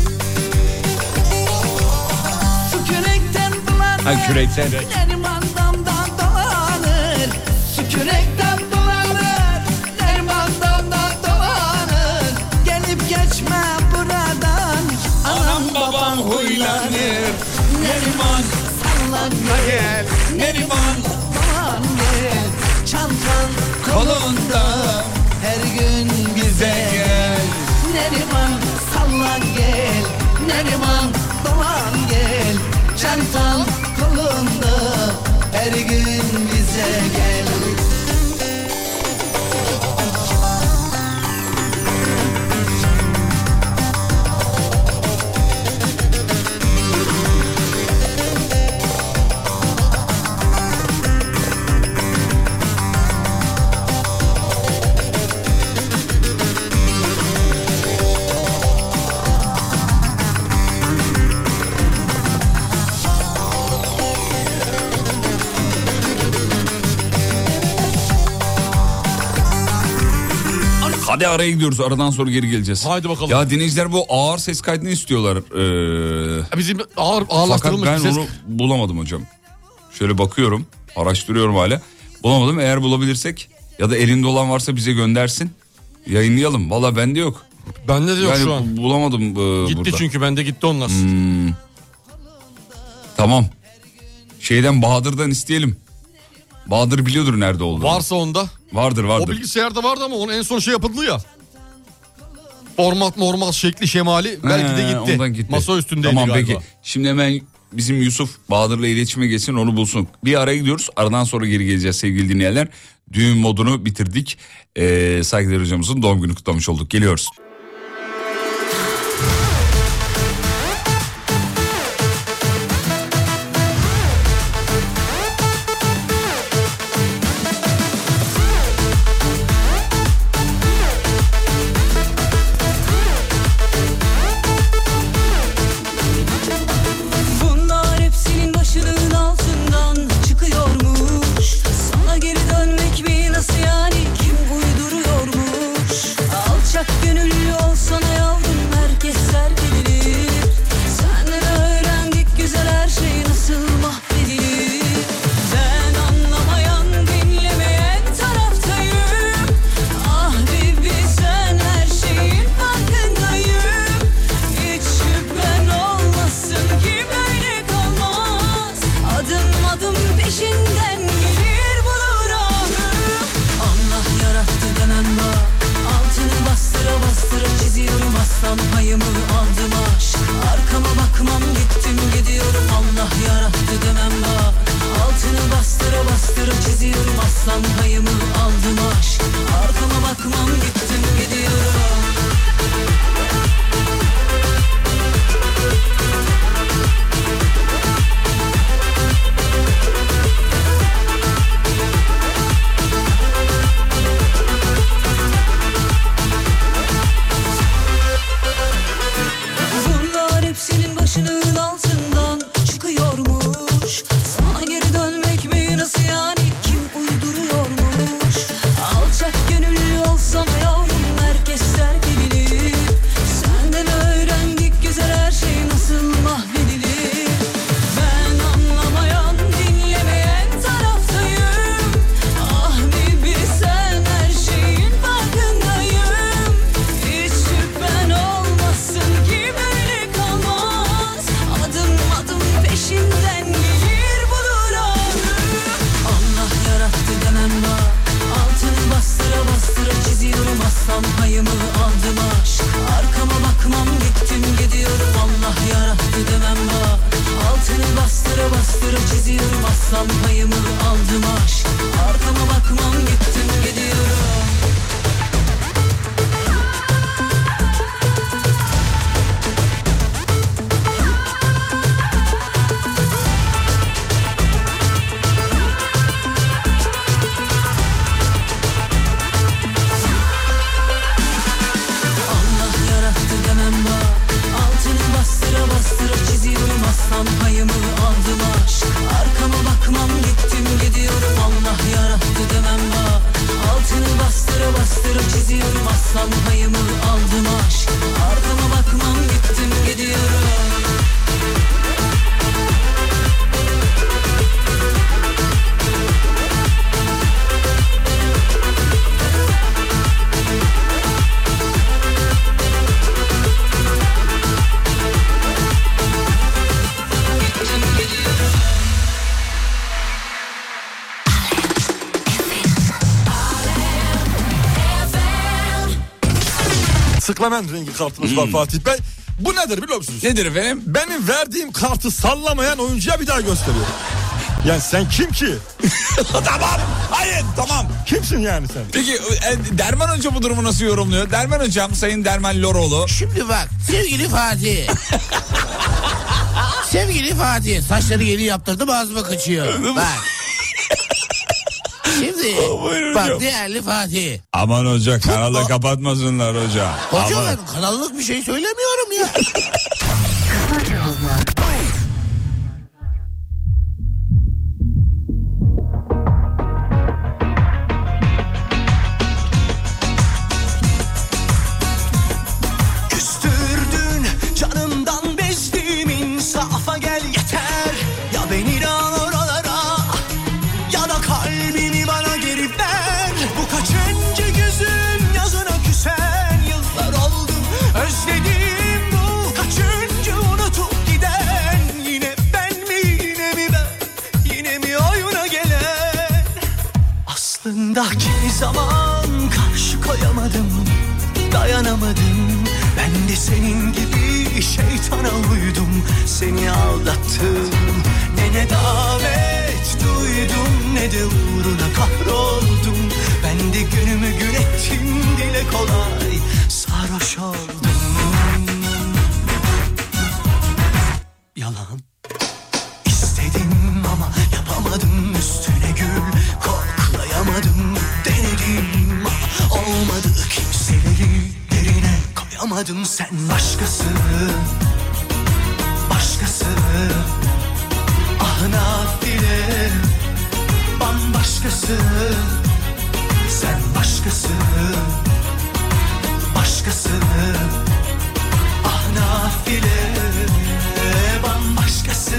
Su kürekten dolanır. Ha, kürekten. Neriman damdan dolanır. Su kürekten dolanır. Neriman damdan dolanır. Gelip geçme buradan. Anam babam huylanır. Neriman sallan gel. Neriman dolan gel. Çantan kolunda. Her gün bize gel. Neriman sallan gel. Neriman dolan gel. Çantan kolunda. Her gün bize gel. Hadi araya gidiyoruz. Aradan sonra geri geleceğiz. Haydi bakalım. Ya dinleyiciler bu ağır ses kaydını istiyorlar. Bizim Fakat ağırlaştırılmış ben bir ses. onu bulamadım hocam. Şöyle bakıyorum. Araştırıyorum hala. Bulamadım. Eğer bulabilirsek ya da elinde olan varsa bize göndersin. Yayınlayalım. Valla bende yok. Bende de yok yani şu an. Bulamadım Gitti burada. çünkü bende gitti onlar. Tamam. Şeyden Bahadır'dan isteyelim. Bahadır biliyordur nerede olduğunu. Varsa onda. Vardır. O bilgisayarda vardı ama onun en son şey yapıldı ya. Format normal şekli şemali belki de gitti. Ondan gitti. Masa üstündeydi tamam, galiba. Peki. Şimdi hemen bizim Yusuf Bahadır'la iletişime geçsin, onu bulsun. Bir araya gidiyoruz, aradan sonra geri geleceğiz sevgili dinleyenler. Düğün modunu bitirdik. Saygıdeğer hocamızın doğum günü kutlamış olduk. Geliyoruz. Sıklamen rengi kartımız var Fatih Bey. Bu nedir biliyor musunuz? Nedir efendim? Benim verdiğim kartı sallamayan oyuncuya bir daha gösteriyor. Yani sen kim ki? Tamam. Hayır tamam. Kimsin yani sen? Peki Derman Hoca bu durumu nasıl yorumluyor? Derman Hocam, Sayın Derman Loroğlu. Şimdi bak sevgili Fatih. Sevgili Fatih, saçları yeni yaptırdım, ağzıma kaçıyor. Bak. Şimdi bak değerli Fatih. Aman hoca, kanalı kapatmasınlar hoca. Hoca ben kanallık bir şey söylemiyorum ya. Küstürdün canımdan bezdim, insafa gel yeter. Ya beni inan oralara ya da kalbini bana geri ver. Bu kaçıncı gözüm yazına küsen, yıllar oldu özledim. Bu kaçıncı unutup giden, yine ben mi yine mi ben, yine mi oyuna gelen. Aslında kimi zaman karşı koyamadım, dayanamadım. Ben de senin gibi şeytana uydum, seni aldattım. Ne davet duydum ne de uğruna kahroldum. Ben de günümü gün ettim, dile kolay sarhoş oldum. Yalan istedim ama yapamadım, üstüne gül koklayamadım. Denedim ama olmadı, kimseleri yerine koyamadım. Sen başkası, başkası. Ah nafile, bambaşkası. Sen başkası, başkası. Ah nafile, bambaşkası.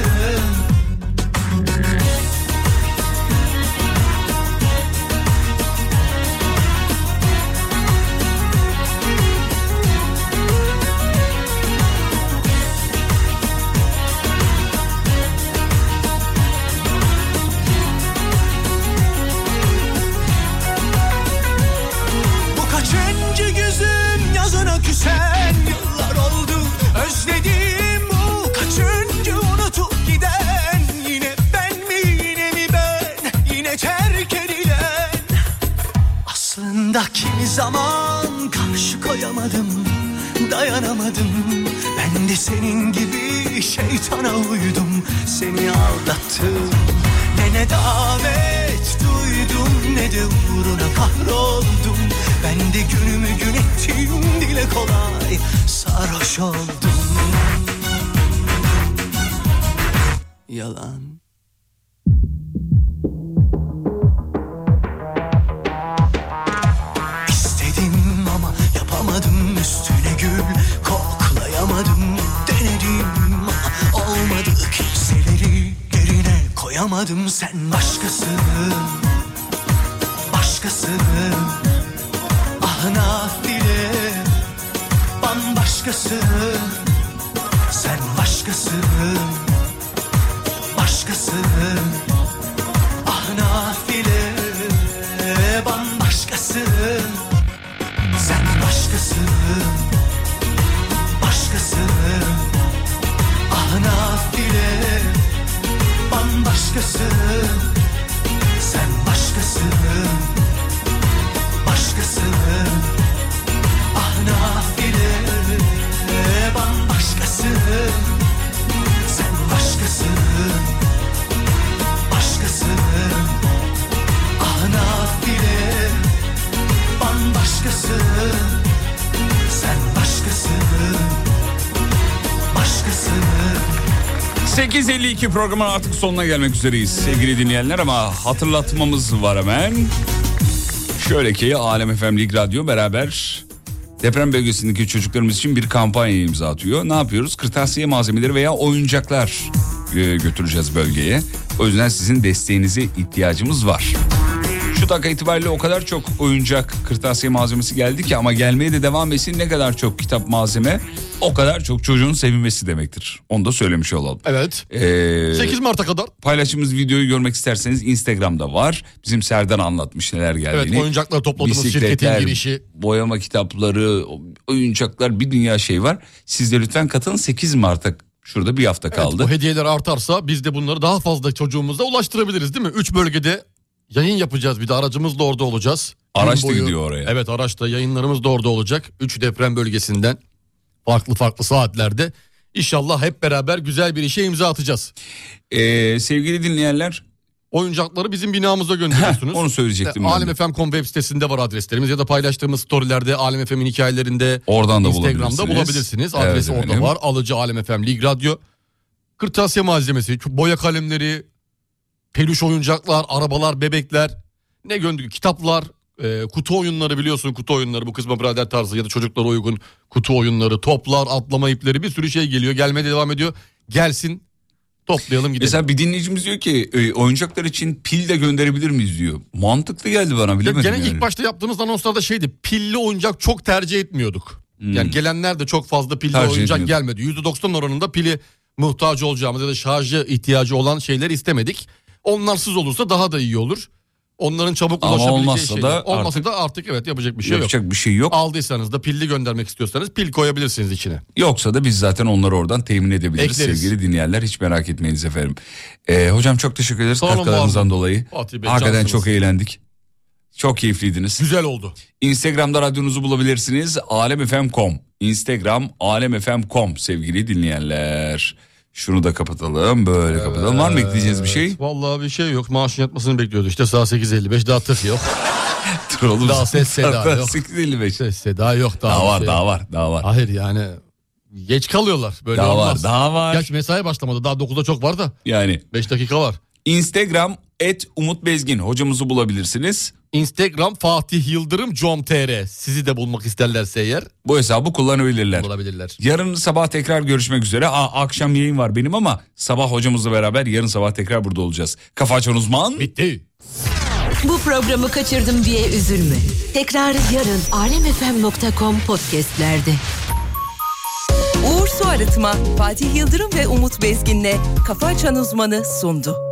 Küsen yıllar oldu, özledim bu kaçıncı unutup giden. Yine ben mi, yine mi ben, yine terk edilen. Aslında kimi zaman karşı koyamadım, dayanamadım. Ben de senin gibi şeytana uydum, seni aldattım. Ne davet duydum ne de uğruna kahroldum. Ben de günümü gün ettim, dile kolay sarhoş oldum. Yalan. İstedim ama yapamadım, üstüne gül koklayamadım. Denedim ama olmadı, kimseleri yerine koyamadım. Sen başkası, başkası. Ah nafile, bambaşkası. Sen başkası, başkası. Ah nafile, bambaşkası. Sen başkası, başkası. Ah nafile, bambaşkası. Sen başkası, başkası. Ah nafile, bambaşkası. Sen başkası, başkası. Ah nafile, bambaşkası. Sen başkası, başkası. 8.52 programın artık sonuna gelmek üzereyiz sevgili dinleyenler, ama hatırlatmamız var hemen. Şöyle ki Alem FM Lig Radyo beraber deprem bölgesindeki çocuklarımız için bir kampanya imza atıyor. Ne yapıyoruz? Kırtasiye malzemeleri veya oyuncaklar götüreceğiz bölgeye. O yüzden sizin desteğinize ihtiyacımız var. Şu dakika itibariyle o kadar çok oyuncak, kırtasiye malzemesi geldi ki, ama gelmeye de devam etsin. Ne kadar çok kitap, malzeme, o kadar çok çocuğun sevinmesi demektir. Onu da söylemiş olalım. Evet. 8 Mart'a kadar. Paylaştığımız videoyu görmek isterseniz Instagram'da var. Bizim Serdar anlatmış neler geldiğini. Evet, oyuncaklar topladığımız şirketin girişi. Boyama kitapları, oyuncaklar, bir dünya şey var. Siz de lütfen katılın. 8 Mart'a şurada bir hafta kaldı. Evet, bu hediyeler artarsa biz de bunları daha fazla çocuğumuza ulaştırabiliriz, değil mi? 3 bölgede yayın yapacağız, bir de aracımız da orada olacağız. Araç da gidiyor oraya. Evet, araçta yayınlarımız da orada olacak. 3 deprem bölgesinden farklı saatlerde. İnşallah hep beraber güzel bir işe imza atacağız. Sevgili dinleyenler, oyuncakları bizim binamıza gönderiyorsunuz. Onu söyleyecektim. Alemfm.com web sitesinde var adreslerimiz, ya da paylaştığımız storylerde, Alem FM'in hikayelerinde, oradan da Instagram'da bulabilirsiniz. Adresi evet, orada var. Alıcı Alem FM Lig Radyo. Kırtasiye malzemesi, boya kalemleri, peluş oyuncaklar, arabalar, bebekler, ne gönderiyor? Kitaplar, kutu oyunları, biliyorsun kutu oyunları, bu Kızma Birader tarzı ya da çocuklara uygun kutu oyunları, toplar, atlama ipleri, bir sürü şey geliyor. Gelmeye devam ediyor. Gelsin, toplayalım gidelim. Mesela bir dinleyicimiz diyor ki oyuncaklar için pil de gönderebilir miyiz diyor. Mantıklı geldi bana, bilemedim gene yani. İlk başta yaptığımız anonslarda şeydi, pilli oyuncak çok tercih etmiyorduk. Yani gelenler de çok fazla pilli tercih oyuncak etmiyordu. Gelmedi. %90 oranında pili muhtaç olacağımız ya da şarjı ihtiyacı olan şeyler istemedik. Onlarsız olursa daha da iyi olur. Onların çabuk Ama ulaşabileceği olmazsa şeyler. da Olmazsa da artık evet yapacak bir şey yok. Yapacak bir şey yok. Aldıysanız da pilli göndermek istiyorsanız pil koyabilirsiniz içine. Yoksa da biz zaten onları oradan temin edebiliriz Ekleriz. sevgili dinleyenler. Hiç merak etmeyiniz efendim. Hocam çok teşekkür ederiz Sağ olun, katkılarınızdan dolayı. Fatih Bey, Hakikaten cansınız. çok eğlendik. Çok keyifliydiniz. Güzel oldu. Instagram'da radyonuzu bulabilirsiniz. alemfm.com. Instagram alemfm.com sevgili dinleyenler. Şunu da kapatalım, böyle kapatalım. Var mı ekleyeceğiniz bir şey? Vallahi bir şey yok. Maaşın yatmasını bekliyordu. İşte saat 8.55 daha tık yok. Dur oğlum. Daha ses seda yok. 8.55. Ses seda yok daha. Daha var. Hayır yani geç kalıyorlar. Böyle Daha olmaz. var. Gerçi mesai başlamadı. Daha 9'da çok var da. Yani. 5 dakika var. Instagram @umutbezgin hocamızı bulabilirsiniz. Instagram Fatih Yıldırım com.tr. Sizi de bulmak isterlerse eğer. Bu hesabı kullanabilirler. Bulabilirler. Yarın sabah tekrar görüşmek üzere. Akşam yayın var benim ama sabah hocamızla beraber yarın sabah tekrar burada olacağız. Kafa Açan Uzman. Bitti. Bu programı kaçırdım diye üzülme. Tekrarı yarın alemfm.com podcastlerde. Uğur Su Arıtma, Fatih Yıldırım ve Umut Bezgin'le Kafa Açan Uzman'ı sundu.